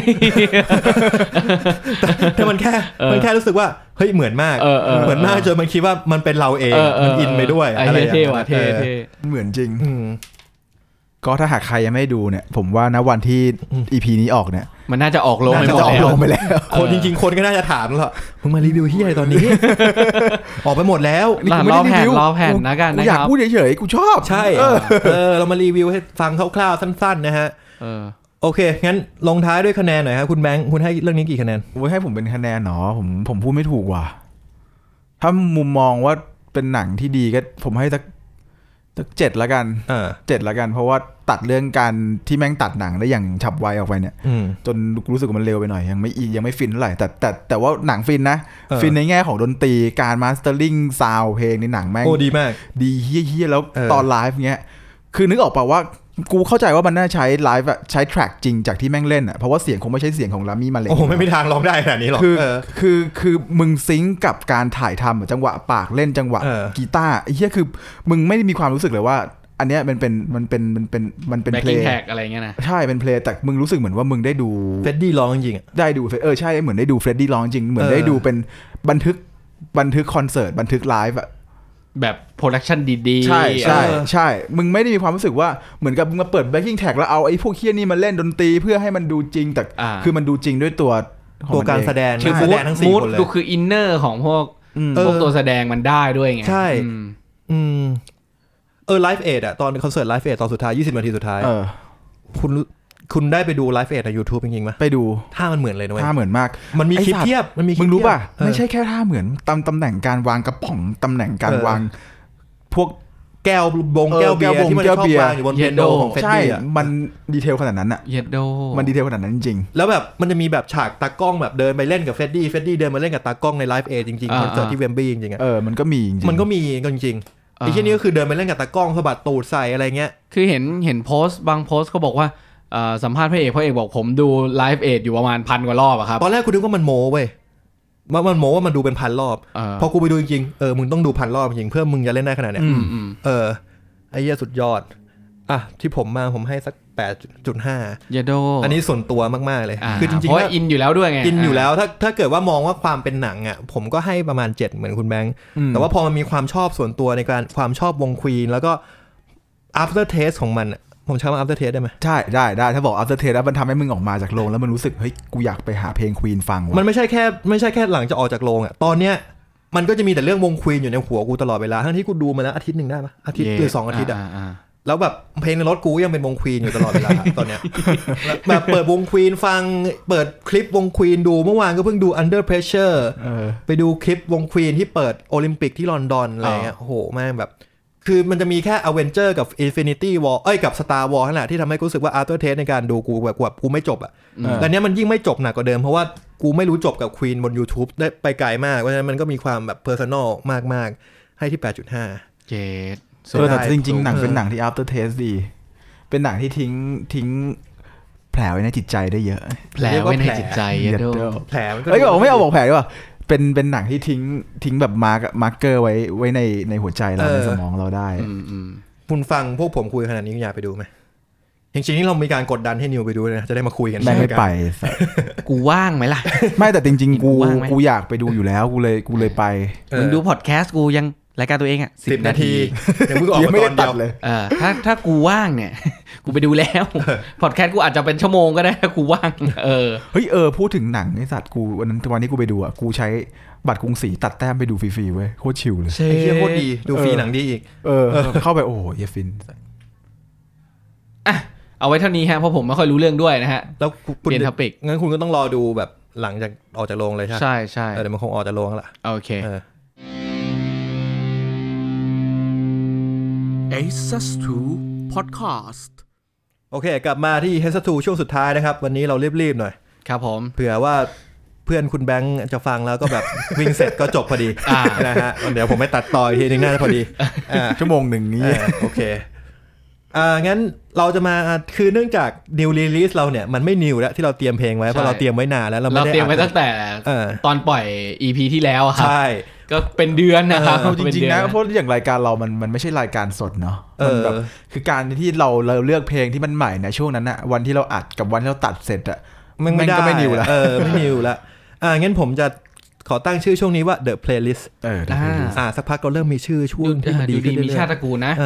แต่มันแค่รู้สึกว่าเฮ้ยเหมือนมากเหมือนมากจนมันคิดว่ามันเป็นเราเองมันอินไปด้วยอะไรอย่างเงี้ยเท่เหมือนจริงก็ถ้าหากใครยังไม่ดูเนี่ยผมว่าณวันที่ EP นี้ออกเนี่ยมันน่าจะออกลงไปแล้วคนจริงๆคนก็น่าจะถามแล้วมึงมารีวิวที่ไหนตอนนี้ ออกไปหมดแล้วรอแผ่นนะกันนะครับอยากพูดเฉยๆกูชอบใช่เรามารีวิวให้ฟังคร่าวๆสั้นๆนะฮะโอเคงั้นลงท้ายด้วยคะแนนหน่อยครับคุณแบงค์คุณให้เรื่องนี้กี่คะแนนให้ผมเป็นคะแนนหรอผมพูดไม่ถูกว่ะถ้ามุมมองว่าเป็นหนังที่ดีก็ผมให้สัก7ละกัน7ละกันเพราะว่าตัดเรื่องการที่แม่งตัดหนังได้อย่างฉับไวออกไปเนี่ยจนรู้สึกว่ามันเร็วไปหน่อยยังไม่ฟินเท่าไหร่แต่ว่าหนังฟินนะฟินในแง่ของดนตรีการมาสเตอร์ลิงซาวด์เพลงในหนังแม่งดีมากดีเฮี้ยแล้วตอนไลฟ์เงี้ยคือนึกออกป่ะว่ากูเข้าใจว่ามันน่าใช้ไลฟ์ใช้แทร็กจริงจากที่แม่งเล่นอ่ะเพราะว่าเสียงคงไม่ใช่เสียงของลามี่มาเลยโอ้ไม่มีทางร้องได้ขนาดนี้หรอกคือมึงซิงกับการถ่ายทำจังหวะปากเล่นจังหวะกีตาร์ไอ้เหี้ยคือมึงไม่ได้มีความรู้สึกเลยว่าอันเนี้ยมันเป็นเพลงอะไรเงี้ยนะใช่เป็นเพลงแต่มึงรู้สึกเหมือนว่ามึงได้ดูเฟรดดี้ร้องจริงได้ดูใช่เหมือนได้ดูเฟรดดี้ร้องจริงเหมือนได้ดูเป็นบันทึกคอนเสิร์ตบันทึกไลฟ์อะแบบโปรดักชันดีๆใช่มึงไม่ได้มีความรู้สึกว่าเหมือนกับมึงมาเปิดแบ็คกิ้งแท็กแล้วเอาไอ้พวกเหี้ยนี่มาเล่นดนตรีเพื่อให้มันดูจริงแต่คือมันดูจริงด้วยตัวการแสดงคือแสดงทั้ง4คนเลยดูคืออินเนอร์ของพวกตัวแสดงมันได้ด้วยไงใช่ไลฟ์เอทอะตอนคอนเสิร์ตไลฟ์เอทตอนสุดท้าย20นาทีสุดท้ายคุณได้ไปดูไลฟ์เอทใน YouTube จริงๆมั้ยไปดูท่ามันเหมือนเลยนะเว้ยท่าเหมือนมากมันมีคลิปเทียบมึงรู้ป่ะไม่ใช่แค่ท่าเหมือนตำแหน่งการวางกระป๋องตำแหน่งการวางพวกแก้วแก้วเบียร์ที่มันชอบวางอยู่บนเยนโดของเฟรดดี้อ่ะมันดีเทลขนาดนั้นอ่ะเยนโดมันดีเทลขนาดนั้นจริงแล้วแบบมันจะมีแบบฉากตากล้องแบบเดินไปเล่นกับเฟรดดี้เดินมาเล่นกับตากล้องในไลฟ์เอจริงๆคอนเสิร์ตที่เวมบลีย์จริงๆอ่ะมันก็มีจริงไอ้ที่นี่ก็คือเดินไปเล่นกับตากล้องสะบัดตูดใส่อะไรเงี้ยคือเห็นโพสต์บางโพสต์เขาบอกว่าสัมภาษณ์พระเอกบอกผมดูไลฟ์เอดอยู่ประมาณ1,000 กว่ารอบอะครับตอนแรกกูนึกว่ามันโม้เว้ยมันโม้ว่ามันดูเป็น1,000 รอบพอกูไปดูจริงๆมึงต้องดู1,000 รอบจริงเพื่อมึงจะเล่นได้ขนาดเนี้ยไอ้เหี้ยสุดยอดที่ผมให้สัก 8.5 เยโดอันนี้ส่วนตัวมากๆเลยคือจริงๆเพราะอินอยู่แล้วด้วยไงอินอยู่แล้วถ้าเกิดว่ามองว่าความเป็นหนังอ่ะผมก็ให้ประมาณ7เหมือนคุณแบงค์แต่ว่าพอมันมีความชอบส่วนตัวในการความชอบวงควีนแล้วก็ after taste ของมันผมใช้ว่า after taste ได้ไหมใช่ได้ถ้าบอก after taste แล้วมันทำให้มึงออกมาจากโรงแล้วมันรู้สึกเฮ้ยกูอยากไปหาเพลงควีนฟังมันไม่ใช่แค่หลังจากออกจากโรงอ่ะตอนเนี้ยมันก็จะมีแต่เรื่องวงควีนอยู่ในหัวกูตลอดเวลาทั้งที่กูดูมาแล้วอาทิตย์นึงได้ปะอาทิตย์หรือ2อาทิตย์อ่ะแล้วแบบเพลงในรถกูยังเป็นวงควีนอยู่ตลอดเวลาตอนเนี้ยแบบเปิดวงควีนฟังเปิดคลิปวงควีนดูเมื่อวานก็เพิ่งดู Under Pressure ไปดูคลิปวงควีนที่เปิดโอลิมปิกที่ลอนดอนอะไรเงี้ยโอ้โหแม่งแบบคือมันจะมีแค่ Avenger กับ Infinity War กับ Star Wars นั่นแหละที่ทำให้กูรู้สึกว่า After Taste ในการดูกูแบบกูไม่จบอ่ะแต่เนี้ยมันยิ่งไม่จบหนักกว่าเดิมเพราะว่ากูไม่รู้จบกับ Queen บน YouTube ได้ไปไกลมากเพราะฉะนั้นมันก็มีความแบบ personal มากๆให้ที่ 8.5 เจ็ดแต่จริงๆหนังเป็นหนังที่ after taste ดีเป็นหนังที่ทิ้งแผลไว้ในจิตใจได้เยอะแผลไว้ในจิตใจเยอะแผลมันก็ไม่เอาบอกแผลดีกว่าเป็นหนังที่ทิ้งแบบมาร์กเกอร์ไว้ในหัวใจเราในสมองเราได้คุณฟังพวกผมคุยขนาดนี้อยากไปดูไหมจริงๆนี่เรามีการกดดันให้นิวไปดูนะจะได้มาคุยกันไม่ไปกูว่างไหมล่ะไม่แต่จริงๆกูอยากไปดูอยู่แล้วกูเลยไปมึงดูพอดแคสต์กูยังรายการตัวเอง 10 นาทียังไม่ออกมาตอนเดียวเลยถ้ากูว่างเนี่ยกูไปดูแล้วพอดแคสต์กูอาจจะเป็นชั่วโมงก็ได้ถ้ากูว่างเฮ้ยพูดถึงหนังไอ้สัตว์กูวันนี้กูไปดูกูใช้บัตรกรุงศรีตัดแต้มไปดูฟรีๆเว้ยโคตรชิลเลยไอ้เหี้ยโคตรดีดูฟรีหนังดีอีกเข้าไปโอ้ยฟินเอาไว้เท่านี้ฮะเพราะผมไม่ค่อยรู้เรื่องด้วยนะฮะแล้วเปลี่ยนท็อปิกงั้นคุณก็ต้องรอดูแบบหลังจากออกจากโรงเลยใช่ใช่เดี๋ยวมันคงออกจากโรงแล้วล่ะโอเค Access to Podcast โอเคกลับมาที่ Access to ช่วงสุดท้ายนะครับวันนี้เรารีบๆหน่อยครับผมเผื่อว่าเพื่อนคุณแบงค์จะฟังแล้วก็แบบวิ่งเสร็จก็จบพอดีนะฮะเดี๋ยวผมไปตัดต่ออีกทีนึงน่าจะพอดีชั่วโมงหนึ่งนี้โอเคงั้นเราจะมาคือเนื่องจาก new release เราเนี่ยมันไม่ new แล้วที่เราเตรียมเพลงไว้เพราะเราเตรียมไว้นานแล้วเราเตรียมไว้ตั้งแต่ตอนปล่อย EP ที่แล้วครับใช่ก็เป็นเดือนนะครับจริงๆนะเพราะอย่างรายการเรามันไม่ใช่รายการสดเนาะมันแบบคือการที่เราเลือกเพลงที่มันใหม่ในช่วงนั้นนะวันที่เราอัดกับวันที่เราตัดเสร็จอะมันก็ไม่ new แล้วไม่ new แล้วงั้นผมจะขอตั้งชื่อช่วงนี้ว่า The Playlist สักพักก็เริ่มมีชื่อช่วงที่ดีขึ้นมีชาติตระกูลนะ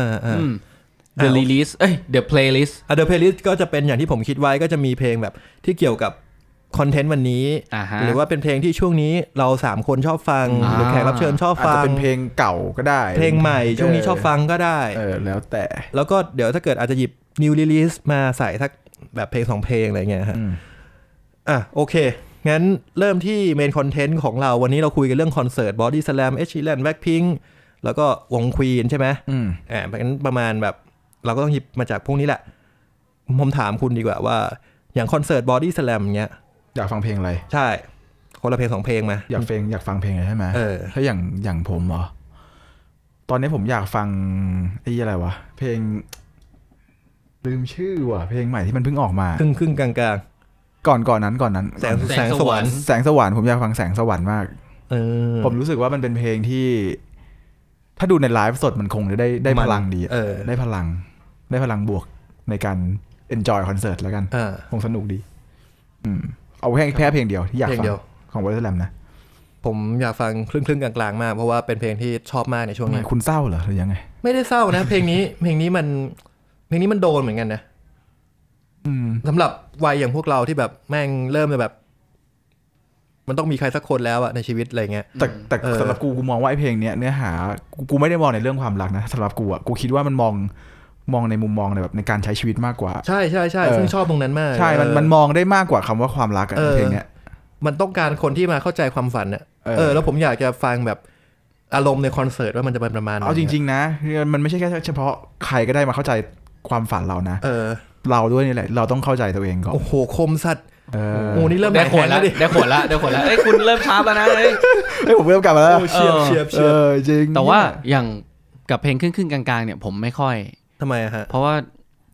The Release The Playlist The Playlist ก็จะเป็นอย่างที่ผมคิดไว้ก็จะมีเพลงแบบที่เกี่ยวกับคอนเทนต์วันนี้หรือว่าเป็นเพลงที่ช่วงนี้เรา3คนชอบฟังหรือแขกรับเชิญชอบฟังอาจจะเป็นเพลงเก่าก็ได้เพลงใหม่ช่วงนี้ชอบฟังก็ได้แล้วแต่แล้วก็เดี๋ยวถ้าเกิดอาจจะหยิบ New Release มาใส่ทักแบบเพลง2เพลงอะไรเงี้ยฮะโอเคงั้นเริ่มที่เมนคอนเทนต์ของเราวันนี้เราคุยกันเรื่องคอนเสิร์ต Body Slam Ed Sheeran Blackpink แล้วก็วง Queen ใช่ไหมประมาณแบบเราก็ต้องหยิบมาจากพวกนี้แหละผมถามคุณดีกว่าว่าอย่างคอนเสิร์ต Body Slam เงี้ยอยากฟังเพลงอะไรใช่คนละเพลง2เพลงมาอยากฟังเพลงอะไรใช่ไหมถ้าอย่างผมเหรอตอนนี้ผมอยากฟังไอ้อะไรวะเพลงลืมชื่อว่ะเพลงใหม่ที่มันเพิ่งออกมาครึ่งกลางก่อนนั้นแสงสวรรค์ผมอยากฟังแสงสวรรค์มากผมรู้สึกว่ามันเป็นเพลงที่ถ้าดูในไลฟ์สดมันคงจะได้พลังดีได้พลังบวกในการ enjoy คอนเสิร์ตแล้วกันคงสนุกดีเอาแค่เพลงเดียวที่อยากฟังของBody Slamนะผมอยากฟังครึ่งกลางๆมากเพราะว่าเป็นเพลงที่ชอบมากในช่วงนี้คุณเศร้าเหรอหรือยังไงไม่ได้เศร้านะเพลงนี้มันโดนเหมือนกันนะสำหรับวัยอย่างพวกเราที่แบบแม่งเริ่มแบบมันต้องมีใครสักคนแล้วอะในชีวิตอะไรเงี้ยแต่สำหรับกูมองว่าไอ้เพลงเนี้ยเนื้อหากูไม่ได้มองในเรื่องความรักนะสำหรับกูอะกูคิดว่ามันมองในมุมมองในแบบในการใช้ชีวิตมากกว่าใช่ซึ่งชอบตรงนั้นมากใช่มันมองได้มากกว่าคำว่าความรักอะเพลงเนี้ยมันต้องการคนที่มาเข้าใจความฝันอะแล้วผมอยากจะฟังแบบอารมณ์ในคอนเสิร์ตว่ามันจะเป็นประมาณเอาจริงๆนะมันไม่ใช่แค่เฉพาะใครก็ได้มาเข้าใจความฝันเรานะเราด้วยนี่แหละเราต้องเข้าใจตัวเองก่อนโอ้โหคมสัตว์โอ้นี่เริ่มได้ขวดแล้วได้ขวดแล้วเอ้ยคุณเริ่มช้าแล้วนะเอ้ยผมเริ่มกลับมาแล้วเชียบจริงแต่ว่าอย่างกับเพลงครึ่งกลางๆเนี่ยผมไม่ค่อยทำไมอะฮะเพราะว่า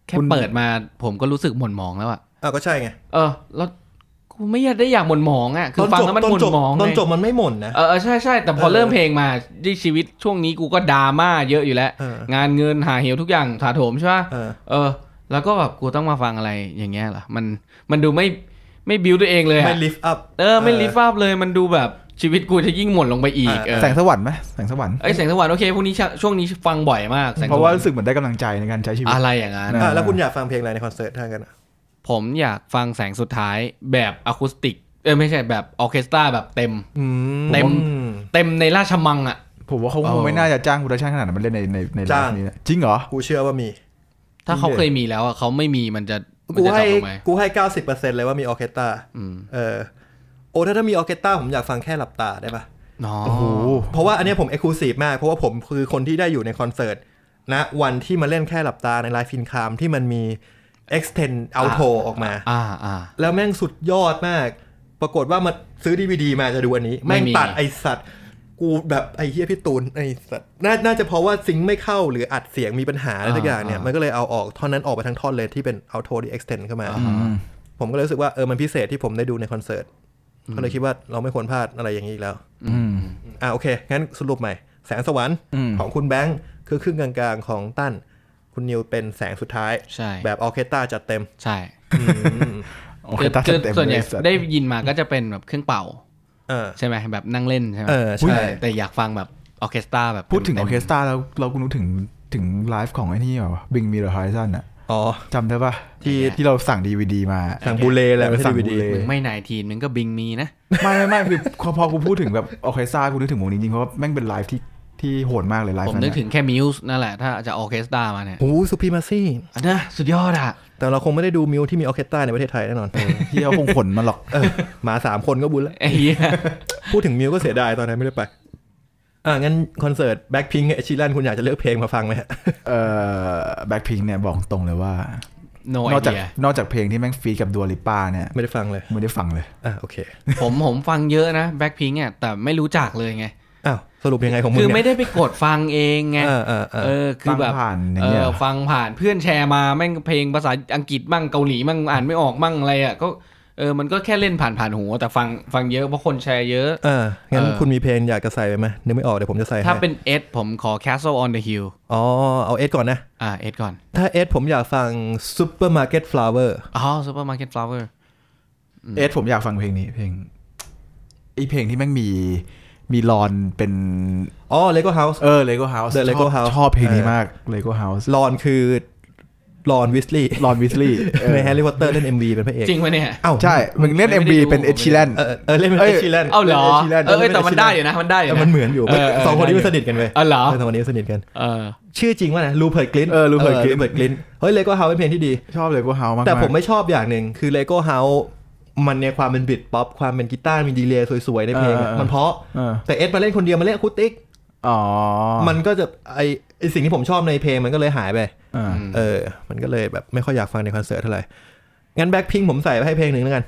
แค่เปิดมาผมก็รู้สึกหม่นหมองแล้วอ่ะก็ใช่ไงแล้วกูไม่อยากหม่นหมองอ่ะคือฟังแล้วมันหม่นหมองตอนจบมันไม่หม่นนะใช่แต่พอเริ่มเพลงมาที่ชีวิตช่วงนี้กูก็ดราม่าเยอะอยู่แล้วงานเงินหาเหวทุกอย่างถาโถมใช่ป่ะแล้วก็แบบกูต้องมาฟังอะไรอย่างเงี้ยเหรอมันดูไม่บิวตัวเองเลยไม่ลิฟต์อัพไม่ลิฟต์อัพเลยมันดูแบบชีวิตกูจะยิ่งหม่นลงไปอีกแสงสวรรค์ไหมแสงสวรรค์แสงสวรรค์โอเคพวกนี้ช่วงนี้ฟังบ่อยมากเพราะว่ารู้สึกเหมือนได้กำลังใจในการใช้ชีวิตอะไรอย่างนั้นแล้วคุณอยากฟังเพลงอะไรในคอนเสิร์ตท่ากันผมอยากฟังแสงสุดท้ายแบบอะคูสติกไม่ใช่แบบออร์เคสตราแบบเต็มในราชมังอ่ะผมว่าเขาคงไม่น่าจะจ้างโปรดักชั่นขนาดนั้นมาเล่นในร้านนี้จริงเหรอกูเชื่อว่ามีถ้าเขาเคยมีแล้วเขาไม่มีมันจะกูให้ 90% เลยว่ามีออร์เคสตราถ้ามีออร์เคสตราผมอยากฟังแค่หลับตาได้ป่ะเพราะว่าอันนี้ผมเอ็กซ์คลูซีฟมากเพราะว่าผมคือคนที่ได้อยู่ในคอนเสิร์ตนะวันที่มาเล่นแค่หลับตาในไลฟ์ฟินคามที่มันมี extend outro ออกมาแล้วแม่งสุดยอดมากปรากฏว่ามาซื้อ DVD มาจะดูอันนี้แม่งตัดไอสัตว์กูแบบไอเหี้ยพี่ตูนไอสัตว์น่าจะเพราะว่าซิงค์ไม่เข้าหรืออัดเสียงมีปัญหาอะไรทุกอย่างเนี่ยมันก็เลยเอาออกท่อนนั้นออกไปทั้งท่อนเลยที่เป็น outro ที่ extend เข้ามาผมก็เลยรู้สึกว่ามันพิเศษที่ผมได้ดูในคอนเสิร์ตก็เลยคิดว่าเราไม่ควรพลาดอะไรอย่างนี้อีกแล้วโอเคงั้นสรุปใหม่แสงสวรรค์ของคุณแบงค์คือครึ่งกลางๆของตั้นคุณนิวเป็นแสงสุดท้ายแบบออร์เคสตราจัดเต็มใช่คือส่วนใหญ่ได้ยินมาก็จะเป็นแบบเครื่องเป่าใช่ไหมแบบนั่งเล่นใช่ไหมใช่แต่อยากฟังแบบออร์เคสตราแบบพูดถึงออร์เคสตราแล้วเราก็นึกถึงไลฟ์ของไอ้นี่แบบ Bring Me The Horizon อ่ะจำได้ป่ะที่เราสั่ง DVD มาสั่งบูเลแหละไม่ใช่ DVD มึงไม่นายทีมึงก็บิงมีนะไม่คือพอกูพูดถึงแบบออร์เคสตรากูนึกถึงวงนี้จริงเพราะว่าแม่งเป็นไลฟ์ที่โหดมากเลยไลฟ์ผมนึกถึงแค่มิวส์นั่นแหละถ้าจะออร์เคสตรามาเนี่ยซูพรีมาซี่นะสุดยอดอ่ะแต่เราคงไม่ได้ดูมิวที่มีออร์เคสตราในประเทศไทยแน่นอนที่เขาคงขนมาหรอกมา3คนก็บุญแล้วพูดถึงมิวก็เสียดายตอนนั้นไม่ได้ไปงั้นคอนเสิร์ตแบ็คพิงค์ชิลันคุณอยากจะเลือกเพลงมาฟังไหมแบ็คพิงค์เนี่ยบอกตรงเลยว่านอกจากเพลงที่แม่งฟีดกับดัวลิป้าเนี่ยไม่ได้ฟังเลยโอเคผมฟังเยอะนะแบ็คพิงค์เนี่ยแต่ไม่รู้จักเลยไงสรุปยังไงของมึงคือไม่ได้ไปกดฟังเองไงคือแบบฟังผ่านเพื่อนแชร์มาแม่งเพลงภาษาอังกฤษมั่งเกาหลีมั่งอ่านไม่ออกมั่งอะไรอ่ะก็มันก็แค่เล่นผ่านหูแต่ฟังเยอะเพราะคนแชร์เยอะงั้นคุณมีเพลงอยากจะใส่ไปไหมนึกไม่ออกเดี๋ยวผมจะใส่ถ้าเป็นเอสผมขอ Castle on the Hill เอาเอสก่อนนะเอสก่อนถ้าเอสผมอยากฟัง Supermarket Flower Supermarket Flower เอสผมอยากฟังเพลงนี้เพลงที่แม่งมีลอนเป็น Lego House Lego House Lego House ชอบเพลงนี้มาก Lego House ลอนคือลอนวิสลีย์ในแฮร์รี่พอตเตอร์เล่น MV เป็นพระเอกจริงป่ะเนี่ยใช่มึงเล่น MV เป็นเอ็ดชีแลนเล่นเป็นเอ็ดชีแลนเหรอแต่มันได้อยู่นะมันเหมือนอยู่2คนนี้มันสนิทกันเว้ยเหรอ 2คนนี้สนิทกันชื่อจริงว่าไงลูเพิร์ดกลินลูเพิร์ดกลินเฮ้ย Lego House เป็นเพลงที่ดีชอบ Lego House มากแต่ผมไม่ชอบอย่างนึงคือ Lego House มันเนี่ยความเป็นบิทป๊อปความเป็นกีตาร์มีดีเลย์สวยๆในเพลงมันเพราะแต่เอ็ดมาเล่นคนเดียวมาเล่นอะคูสติกมันก็จะไอสิ่งที่ผมชอบในเพลงมันก็เลยหายไปมันก็เลยแบบไม่ค่อยอยากฟังในคอนเสิร์ตเท่าไหร่งั้น Blackpink ผมใส่ไปให้เพลงหนึ่งแล้วกัน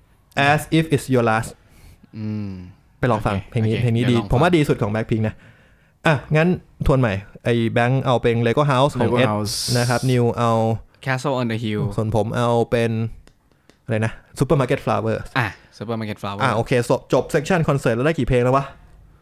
As If It's Your Last ไปลองฟังเพลงนี้ดีผมว่าดีสุดของ Blackpink นะงั้นทวนใหม่ไอ้แบงค์เอาเป็น Lego House ของ Ed นะครับนิวเอา Castle on the Hill ส่วนผมเอาเป็นอะไรนะ Supermarket Flower Supermarket Flower โอเคจบเซกชันคอนเสิร์ตแล้วได้กี่เพลงแล้ววะ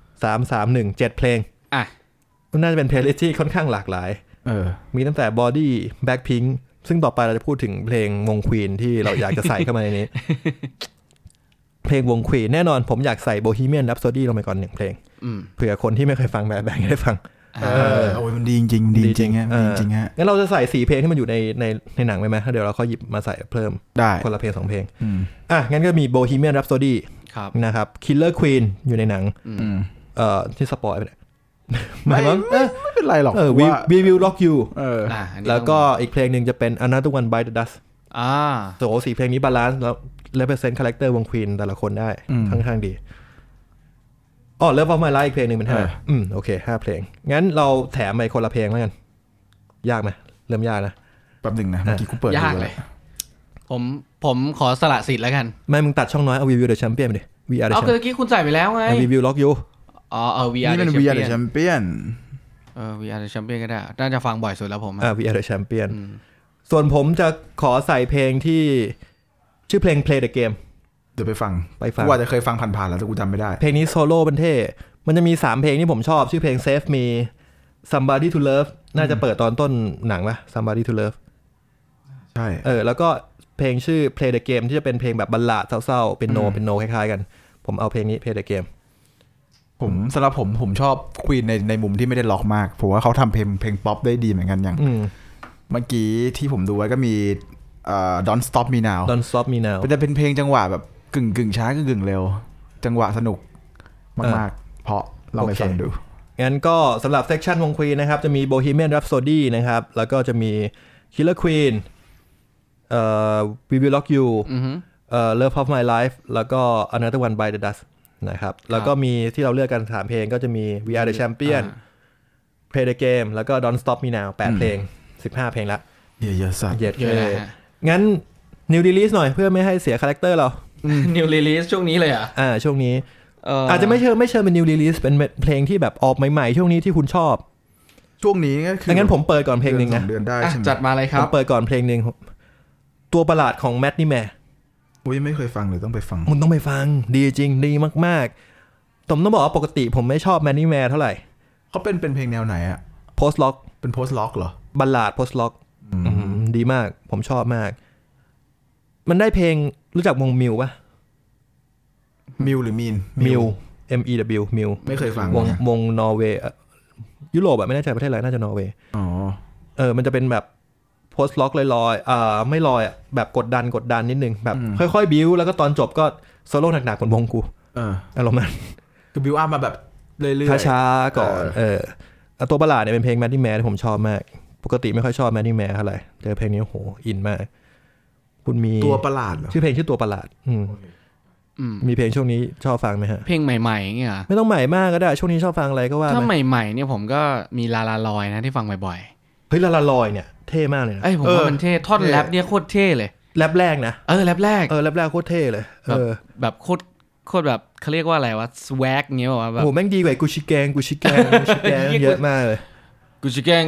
7 เพลงน่าจะเป็นเพลย์ลิสต์ที่ค่อนข้างหลากหลายมีตั้งแต่ Body Blackpink ซึ่งต่อไปเราจะพูดถึงเพลงวง Queen ที่เราอยากจะใส่เข้ามาในนี้ เพลงวง Queen แน่นอนผมอยากใส่ Bohemian Rhapsody ลงไปก่อน1เพลงเผื่อคนที่ไม่เคยฟังแบบได้ฟังโอ้ยมันดีจริงดีจริงฮะดีจริงฮะงั้นเราจะใส่4เพลงที่มันอยู่ในหนังไปไหมเดี๋ยวเราค่อยหยิบมาใส่เพิ่มได้คนละเพลง2เพลงงั้นก็มี Bohemian Rhapsody นะครับ Killer Queen อยู่ในหนังที่สปอยล์ไปเนี่ยไม่เป็นไรหรอก We Will Rock You แล้วก็อีกเพลงนึงจะเป็น Another One Bite the Dust โอ้4เพลงนี้บาลานซ์แล้ว represent character วง Queen แต่ละคนได้ค่อนข้างดีLove of My Life อีกเพลงนึงเป็น5โอเค5เพลงงั้นเราแถมไปคนละเพลงแล้วกันยากไหมเริ่มยากนะแป๊บนึงนะเมื่อกี้กูเปิดยากเลยผมขอสละสิทธิ์แล้วกันไม่มึงตัดช่องน้อยเอา We Will The Champion ไปดิ We Are The Champion เมื่อกี้คุณใส่ไปแล้วไง We Will Rock You We Are The Champion นี่เป็น We Are The Champion We Are The Champion ก็ได้น่าจะฟังบ่อยสุดแล้วผม We Are The Champion ส่วนผมจะขอใส่เพลงที่ชื่อเพลง Play the Game เดี๋ยวไปฟังกูอาจจะเคยฟังผ่านๆแล้วแต่กูจำไม่ได้เพลงนี้โซโล่เป็นเท่มันจะมี3เพลงที่ผมชอบชื่อเพลง Save Me Somebody to Love น่าจะเปิดตอนต้นหนังป่ะ Somebody to Love ใช่แล้วก็เพลงชื่อ Play the Game ที่จะเป็นเพลงแบบบัลลาดเศร้าๆเป็นโนคล้ายๆกันผมเอาเพลงนี้ Play the Game สำหรับผมชอบควีนในมุมที่ไม่ได้ล็อกมากผมว่าเขาทำเพลงป๊อปได้ดีเหมือนกันอย่างเมื่อกี้ที่ผมดูไว้ก็มีDon't Stop Me Now Don't Stop Me Now จะเป็นเพลงจังหวะแบบกึ่งช้ากึ่งเร็วจังหวะสนุกมากๆเพราะเราไปฟังดูงั้นก็สำหรับเซกชันวงควีนนะครับจะมี Bohemian Rhapsody นะครับแล้วก็จะมี Killer Queen We Will Rock You Love of My Life แล้วก็ Another One by the Dust นะครับแล้วก็มีที่เราเลือกกัน3เพลงก็จะมี We Are the Champion Play the Game แล้วก็ Don't Stop Me Now 8 เพลง15 เพลงละเยอะสัสเยอะเลยงั้น New Release หน่อยเพื่อไม่ให้เสียคาแรคเตอร์เรา New Release ช่วงนี้เลยช่วงนี้อาจจะไม่เชิญเป็น New Release เป็นเพลงที่แบบออกใหม่ๆช่วงนี้ที่คุณชอบช่วงนี้ก็คืองั้นผมเปิดก่อนเพลงนึงนะเดือนได้ใช่มั้ยจัดมาเลยครับผมเปิดก่อนเพลงนึงตัวประหลาดของแมทนี่แม่อุ๊ยไม่เคยฟังเลยต้องไปฟังมึงต้องไปฟังดีจริงดีมากๆผมต้องบอกว่าปกติผมไม่ชอบแมทนี่แม่เท่าไหร่เขาเป็นเพลงแนวไหนอะ Post Rock เป็น Post Rock เหรอบัลลาด Post Rock ดีมากผมชอบมากมันได้เพลงรู้จักวงมิวป่ะมิวหรือมีนมิว MEW มิวไม่เคยฟังวงนอร์เวย์ยุโรปไม่แน่ใจประเทศอะไรน่าจะนอร์เวย์มันจะเป็นแบบ Post Rock ลอยๆไม่ลอยแบบกดดันนิดนึงแบบค่อยๆบิ้วแล้วก็ตอนจบก็โซโล่หนักๆเหมือนวงกูอารมณ์นั้นคือบิ้วอัพมาแบบเรื่อยๆช้าๆก่อนตัวประหลาดเนี่ยเป็นเพลง Maddy Man ที่ผมชอบมากปกติไม่ค่อยชอบ Maddy Man เท่าไหร่เจอเพลงนี้โหอินมากคุณมีตัวประหลาดเหรอชื่อเพลงชื่อตัวประหลาดมีเพลงช่วงนี้ชอบฟังไหมฮะเพลงใหม่ๆเงี้ยไม่ต้องใหม่มากก็ได้ช่วงนี้ชอบฟังอะไรก็ว่าถ้าใหม่ๆเนี่ยผมก็มีลาลาลอยนะที่ฟังบ่อยๆเฮ้ยลาลาลอยเนี่ยเท่มากเลยนะผมว่ามันเท่ท่อนแรปเนี่ยโคตรเท่เลยแรปแรกนะแรปแรกโคตรเท่เลยแบบโคตรแบบเขาเรียกว่าอะไรวะสแวกเงี้ยว่ะแบบโอ้แม่งดีกว่ากูชิแกงเยอะมากเลยกูชิแกง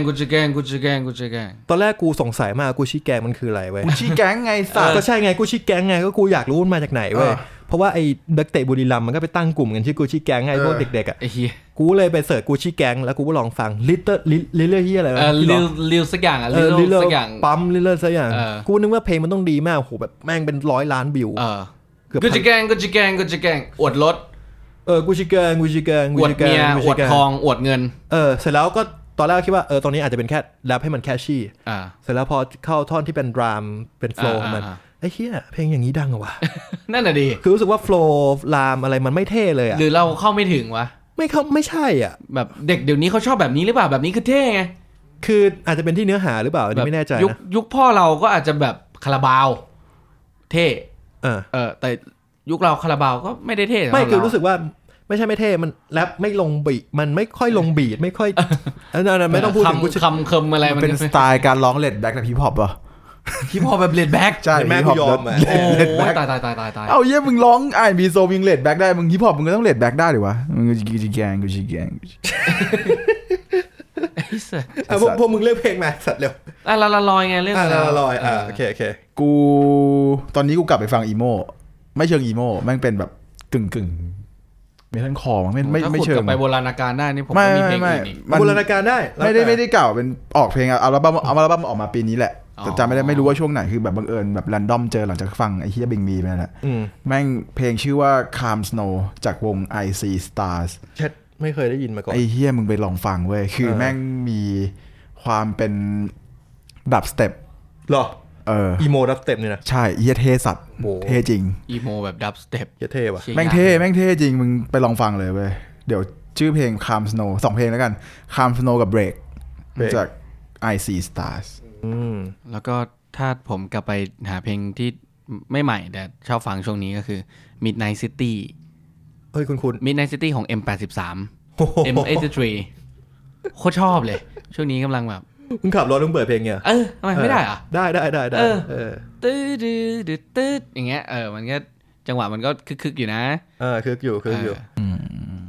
ตอนแรกกูสงสัยมากกูชิแกงมันคืออะไรเว้ยกูชิแกงไงสัตว์ก็ใช่ไงกูชิแกงไงก็กูอยากรู้มันมาจากไหนเว้ยเพราะว่าไอ้นักเตะบุรีรัมย์มันก็ไปตั้งกลุ่มกันชื่อกูชิแกงไงพวกเด็กๆอ่ะกูเลยไปเสิร์ชกูชิแกงแล้วกูก็ลองฟังลิตเที่อะไรวะลิลสักอย่างลิลสักอย่างปั๊มลิลสักอย่างกูนึกว่าเพลงมันต้องดีมากโหแบบแม่งเป็น100 ล้านวิวกูชิแกงอวดรถกูชิแกงอวดเมียอวดทองอวดเงินเสร็จแล้วก็ตอนแรกคิดว่าตอนนี้อาจจะเป็นแค่แรปให้มันแคชชี่เสร็จแล้วพอเข้าท่อนที่เป็นรามเป็นโฟล์มันไอ้เหี้ยเพลงอย่างนี้ดังเหรอวะนั่นน่ะดิคือรู้สึกว่าโฟล์รามอะไรมันไม่เท่เลยหรือเราเข้าไม่ถึงวะไม่ใช่อ่ะแบบเด็กเดี๋ยวนี้เขาชอบแบบนี้หรือเปล่าแบบนี้คือเท่ไงคืออาจจะเป็นที่เนื้อหาหรือเปล่าไม่แน่ใจนะยุคพ่อเราก็อาจจะแบบคาราบาวเท่แต่ยุคเราคาราบาวก็ไม่ได้เท่ไม่คือรู้สึกว่าไม่ใช่ไม่เท่มันแรปไม่ลงบีทมันไม่ค่อยลงบีทไม่ค่อยไม่ต้องพูดถึงคำอะไรมันเป็นสไตล์การร้องเลดแบ็กแบบฮิปฮอปป่ะฮิปฮอปแบบเลดแบ็กใช่แม่กูยอมโอ้ตายเอาเยี่ยมึงร้องR&Bโซมึงเลดแบ็กได้มึงฮิปฮอปมึงก็ต้องเลดแบ็กได้ดิวะมึงกูชิแกงพวกมึงเลือกเพลงมาสัตว์เร็วละลอยไงเรื่องละลอยโอเคกูตอนนี้กูกลับไปฟังอีโมไม่เชิงอีโมแม่งเป็นแบบกึ่งเมทัลคอร์ไม่เชิงไปโบราณกาลได้นี่ผมก็มีเพลงอื่นอีกโบราณกาลได้ไม่ได้เก่าเป็นออกเพลงอัลบั้มออกมาปีนี้แหละแต่จำไม่รู้ว่าช่วงไหนคือแบบบังเอิญแบบแรนดอมเจอหลังจากฟังไอ้เฮียบิงมีไปนั่นแหละแม่งเพลงชื่อว่า Calm Snow จากวง IC Stars ไม่เคยได้ยินมาก่อนไอ้เฮียมึงไปลองฟังเว้ยคือแม่งมีความเป็นดับสเต็ปหรออีโมดับสเต็ปเนี่ยนะใช่เฮียเท่สัตว์เท่จริงอีโมแบบดับสเต็ปเท่ว่ะแม่งเท่จริงมึงไปลองฟังเลยเว้ยเดี๋ยวชื่อเพลง Calm Snow 2เพลงแล้วกัน Calm Snow กับ Break จาก IC Stars แล้วก็ถ้าผมกลับไปหาเพลงที่ไม่ใหม่แต่ชอบฟังช่วงนี้ก็คือ Midnight City เฮ้ยคุณ Midnight City ของ M83 M83 โคตรชอบเลยช่วงนี้กำลังแบบมึงขับรถต้องเปิดเพลงเงี้ยทำไมไม่ได้อ่ะได้ตื้ออย่างเงี้ยมันก็จังหวะมันก็คึกอยู่นะคึกอยู่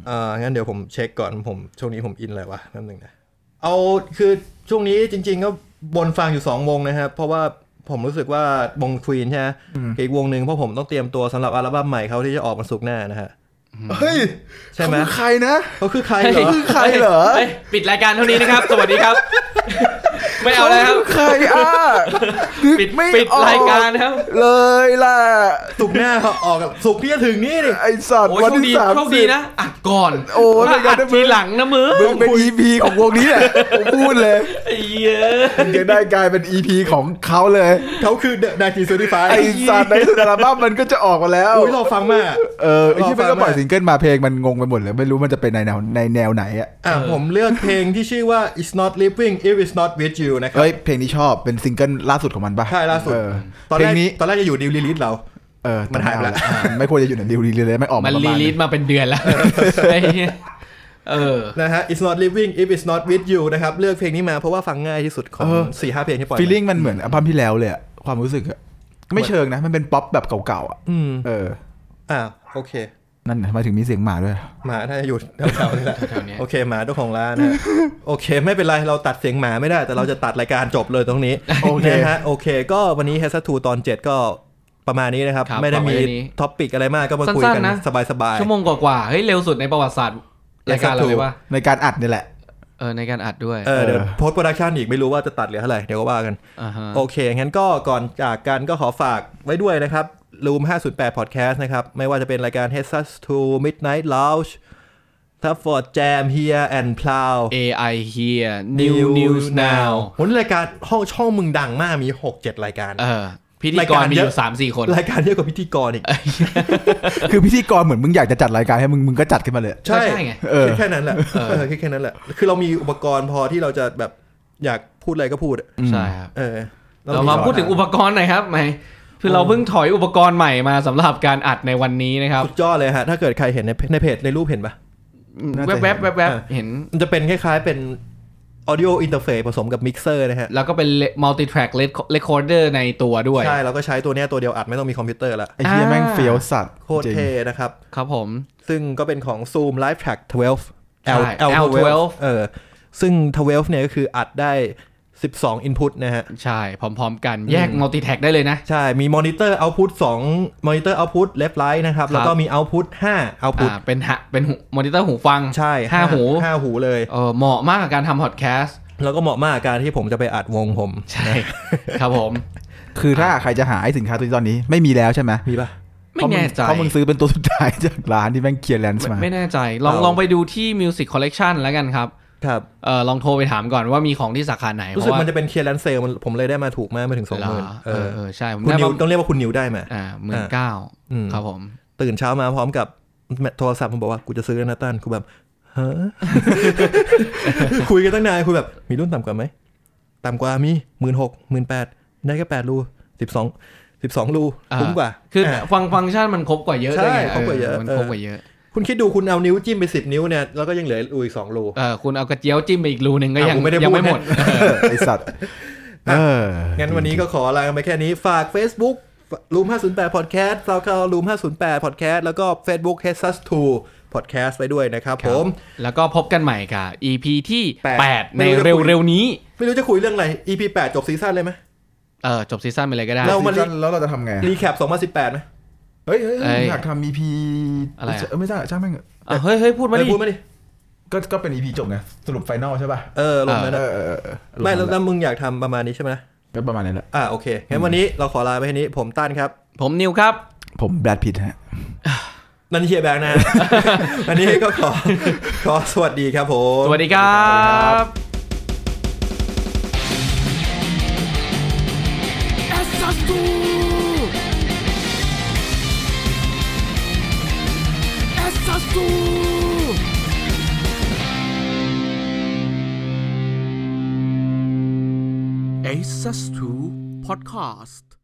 งั้นเดี๋ยวผมเช็คก่อนผมช่วงนี้ผมอินอะไรวะแป๊บนึงนะเอาคือช่วงนี้จริงๆก็บนฟังอยู่2วงนะครับเพราะว่าผมรู้สึกว่าวง Queen ใช่ไหมอีกวงนึงเพราะผมต้องเตรียมตัวสำหรับอัลบั้มใหม่เขาที่จะออกมาศุกร์หน้านะฮะเฮ้ยใช่ไหมเขาคือใครนะเขาคือใครเหรอคือใครเหรอปิดรายการเท่านี้นะครับสวัสดีครับไม่เอาแล้วครับใครปิดรายการครับเลยล่ะศุกร์หน้าเขาออกกับศุกร์ที่จะถึงนี่ไอ้สัตว์วันที่30โชคดีนะอัดก่อนโอ้ยอัดทีหลังนะมึงเป็น EP ของวงนี้แหละผมพูดเลยไอ้เหี้ยจะได้กลายเป็น EP ของเขาเลยเขาคือ Nagi Certified ไอ้สัตว์ในอัลบั้มมันก็จะออกมาแล้วเราฟังมากไอ้ที่มันก็ปล่อยซิงเกิลมาเพลงมันงงไปหมดเลยไม่รู้มันจะเป็นในแนวไหนอ่ะผมเลือกเพลงที่ชื่อว่า It's Not Living If It's Not With You นะครับเพลงนี้ชอบเป็นซิงเกิลล่าสุดของมันป่ะใช่ล่าสุดตอนแรกจะอยู่ดิวรีลิสเรามันหายไปแล้วไม่ควรจะอยู่ในดิวรีลิสเลยไม่ออกมันรีลิสมาเป็นเดือนแล้วนะฮะ It's Not Living If It's Not With You นะครับเลือกเพลงนี้มาเพราะว่าฟังง่ายที่สุดของ 4-5 เพลงที่ปล่อย feeling มันเหมือนอัลบั้มที่แล้วเลยความรู้สึกไม่เชิงนะมันเป็นป๊อปแบบเก่าๆโอเคนั่นทำไมถึงมีเสียงหมาด้วยหมาน่าจะอยู่แถวๆนี้แหละโอเคหมาเจ้าของร้านนะโอเคไม่เป็นไรเราตัดเสียงหมาไม่ได้แต่เราจะตัดรายการจบเลยตรงนี้นะฮะโอเคก็วันนี้ Hazard 2 ตอน 7ก็ประมาณนี้นะครับไม่ได้มีท็อปิกอะไรมากก็มาคุยกันสบายๆชั่วโมงกว่าๆเฮ้ยเร็วสุดในประวัติศาสตร์รายการเราเลยว่าในการอัดนี่แหละในการอัดด้วยเดี๋ยวโพสต์โปรดักชันอีกไม่รู้ว่าจะตัดเหลือเท่าไหร่เดี๋ยวก็ว่ากันโอเคงั้นก็ก่อนจากกันก็ขอฝากไว้ด้วยนะครับRoom 508 Podcast นะครับไม่ว่าจะเป็นรายการ Hazard 2 Midnight Lounge Tafford Jam Here and Plow AI Here New News Now วันรายการช่องมึงดังมากมี 6-7 รายการพิธีกรมีอยู่ 3-4 คนรายการเยอะกว่าพิธีกรอีกคือพิธีกรเหมือนมึงอยากจะจัดรายการให้มึงก็จัดขึ้นมาเลยใช่ไงแค่นั้นแหละแค่นั้นแหละคือเรามีอุปกรณ์พอที่เราจะแบบอยากพูดอะไรก็พูดใช่ครับเรามาพูดถึงอุปกรณ์หน่อยครับไหมคือเราเพิ่งถอยอุปกรณ์ใหม่มาสำหรับการอัดในวันนี้นะครับสุดยอดเลยฮะถ้าเกิดใครเห็นในเพจในรูปเห็นปะแวบๆเห็นมันจะเป็นคล้ายๆเป็น audio interface ผสมกับ mixer นะฮะแล้วก็เป็น multi track recorder ในตัวด้วยใช่เราก็ใช้ตัวนี้ตัวเดียวอัดไม่ต้องมีคอมพิวเตอร์ละไอ้เหี้ยแม่งเฟี้ยวสัตว์โคตรเท่นะครับครับผมซึ่งก็เป็นของ Zoom Live Track 12 L12 ซึ่ง 12 เนี่ยก็คืออัดได้12 input นะฮะใช่พร้อมๆกันแยก multi track ได้เลยนะใช่มี monitor output 2 monitor output left right นะครับแล้วก็มี output 5 output เป็นmonitor หูฟังใช่5หูเลยเหมาะมากกับการทำ podcast แล้วก็เหมาะมากกับการที่ผมจะไปอัดวงผมใช่ครับผมคือถ้าใครจะหาไอ้สินค้าตัวนี้ตอนนี้ไม่มีแล้วใช่ไหมมีป่ะไม่แน่ใจเพราะมึงซื้อเป็นตัวสุดท้ายจากร้านที่แม่งเคลียร์แลนซ์มาไม่แน่ใจลองไปดูที่ music collection แล้วกันครับครับลองโทรไปถามก่อนว่ามีของที่สาขาไหนรู้สึกมันจะเป็นเคลียร์แลนซ์เซลผมเลยได้มาถูกมากไม่ถึง 20,000 ใช่คุณนิวต้องเรียกว่าคุณนิวได้มา 19,000ครับผมตื่นเช้ามาพร้อมกับโทรศัพท์ผมบอกว่ากูจะซื้อนะตันกูแบบฮะ คุยกันตั้งนานคุยแบบมีรุ่นต่ำกว่าไหมต่ำกว่ามี 16,000 18,000 ได้แค่8 รู 12 รูคุ้มกว่าคือฟังก์ชันมันครบกว่าเยอะด้วยไงครบกว่าเยอะมันครบกว่าเยอะคุณคิดดูคุณเอานิ้วจิ้มไป10 นิ้วเนี่ยแล้วก็ยังเหลืออีก2 รูคุณเอากระเจียวจิ้มไปอีกรูนึงก็ยังไม่หมดไอสัตว์งั้นวันนี้ก็ขอลาไปแค่นี้ฝาก Facebook Room 508 Podcast เราเข้า Room 508 Podcast แล้วก็ Facebook Hazard 2 Podcast ไปด้วยนะครับผมแล้วก็พบกันใหม่กับ EP ที่8ในเร็วๆนี้ไม่รู้จะคุยเรื่องอะไร EP 8จบซีซั่นเลยไหมจบซีซั่นไปเลยก็ได้แล้วเราจะทำไงรีแคป2018ไหมเฮ้ยอยากทำ EP อะไรไม่ใช่ช่างแม่งเฮ้ยพูดมาดิก็เป็น EP จบไงสรุปไฟนอลใช่ป่ะลงแล้วนะไม่แล้วมึงอยากทำประมาณนี้ใช่ไหมก็ประมาณนี้แหละโอเคงั้นวันนี้เราขอลาไปแค่นี้ผมตั้นครับผมนิวครับผมแบรดพิตต์ฮะนันเชียร์แบงค์นะวันนี้ก็ขอสวัสดีครับผมสวัสดีครับ Hazard 2 Podcast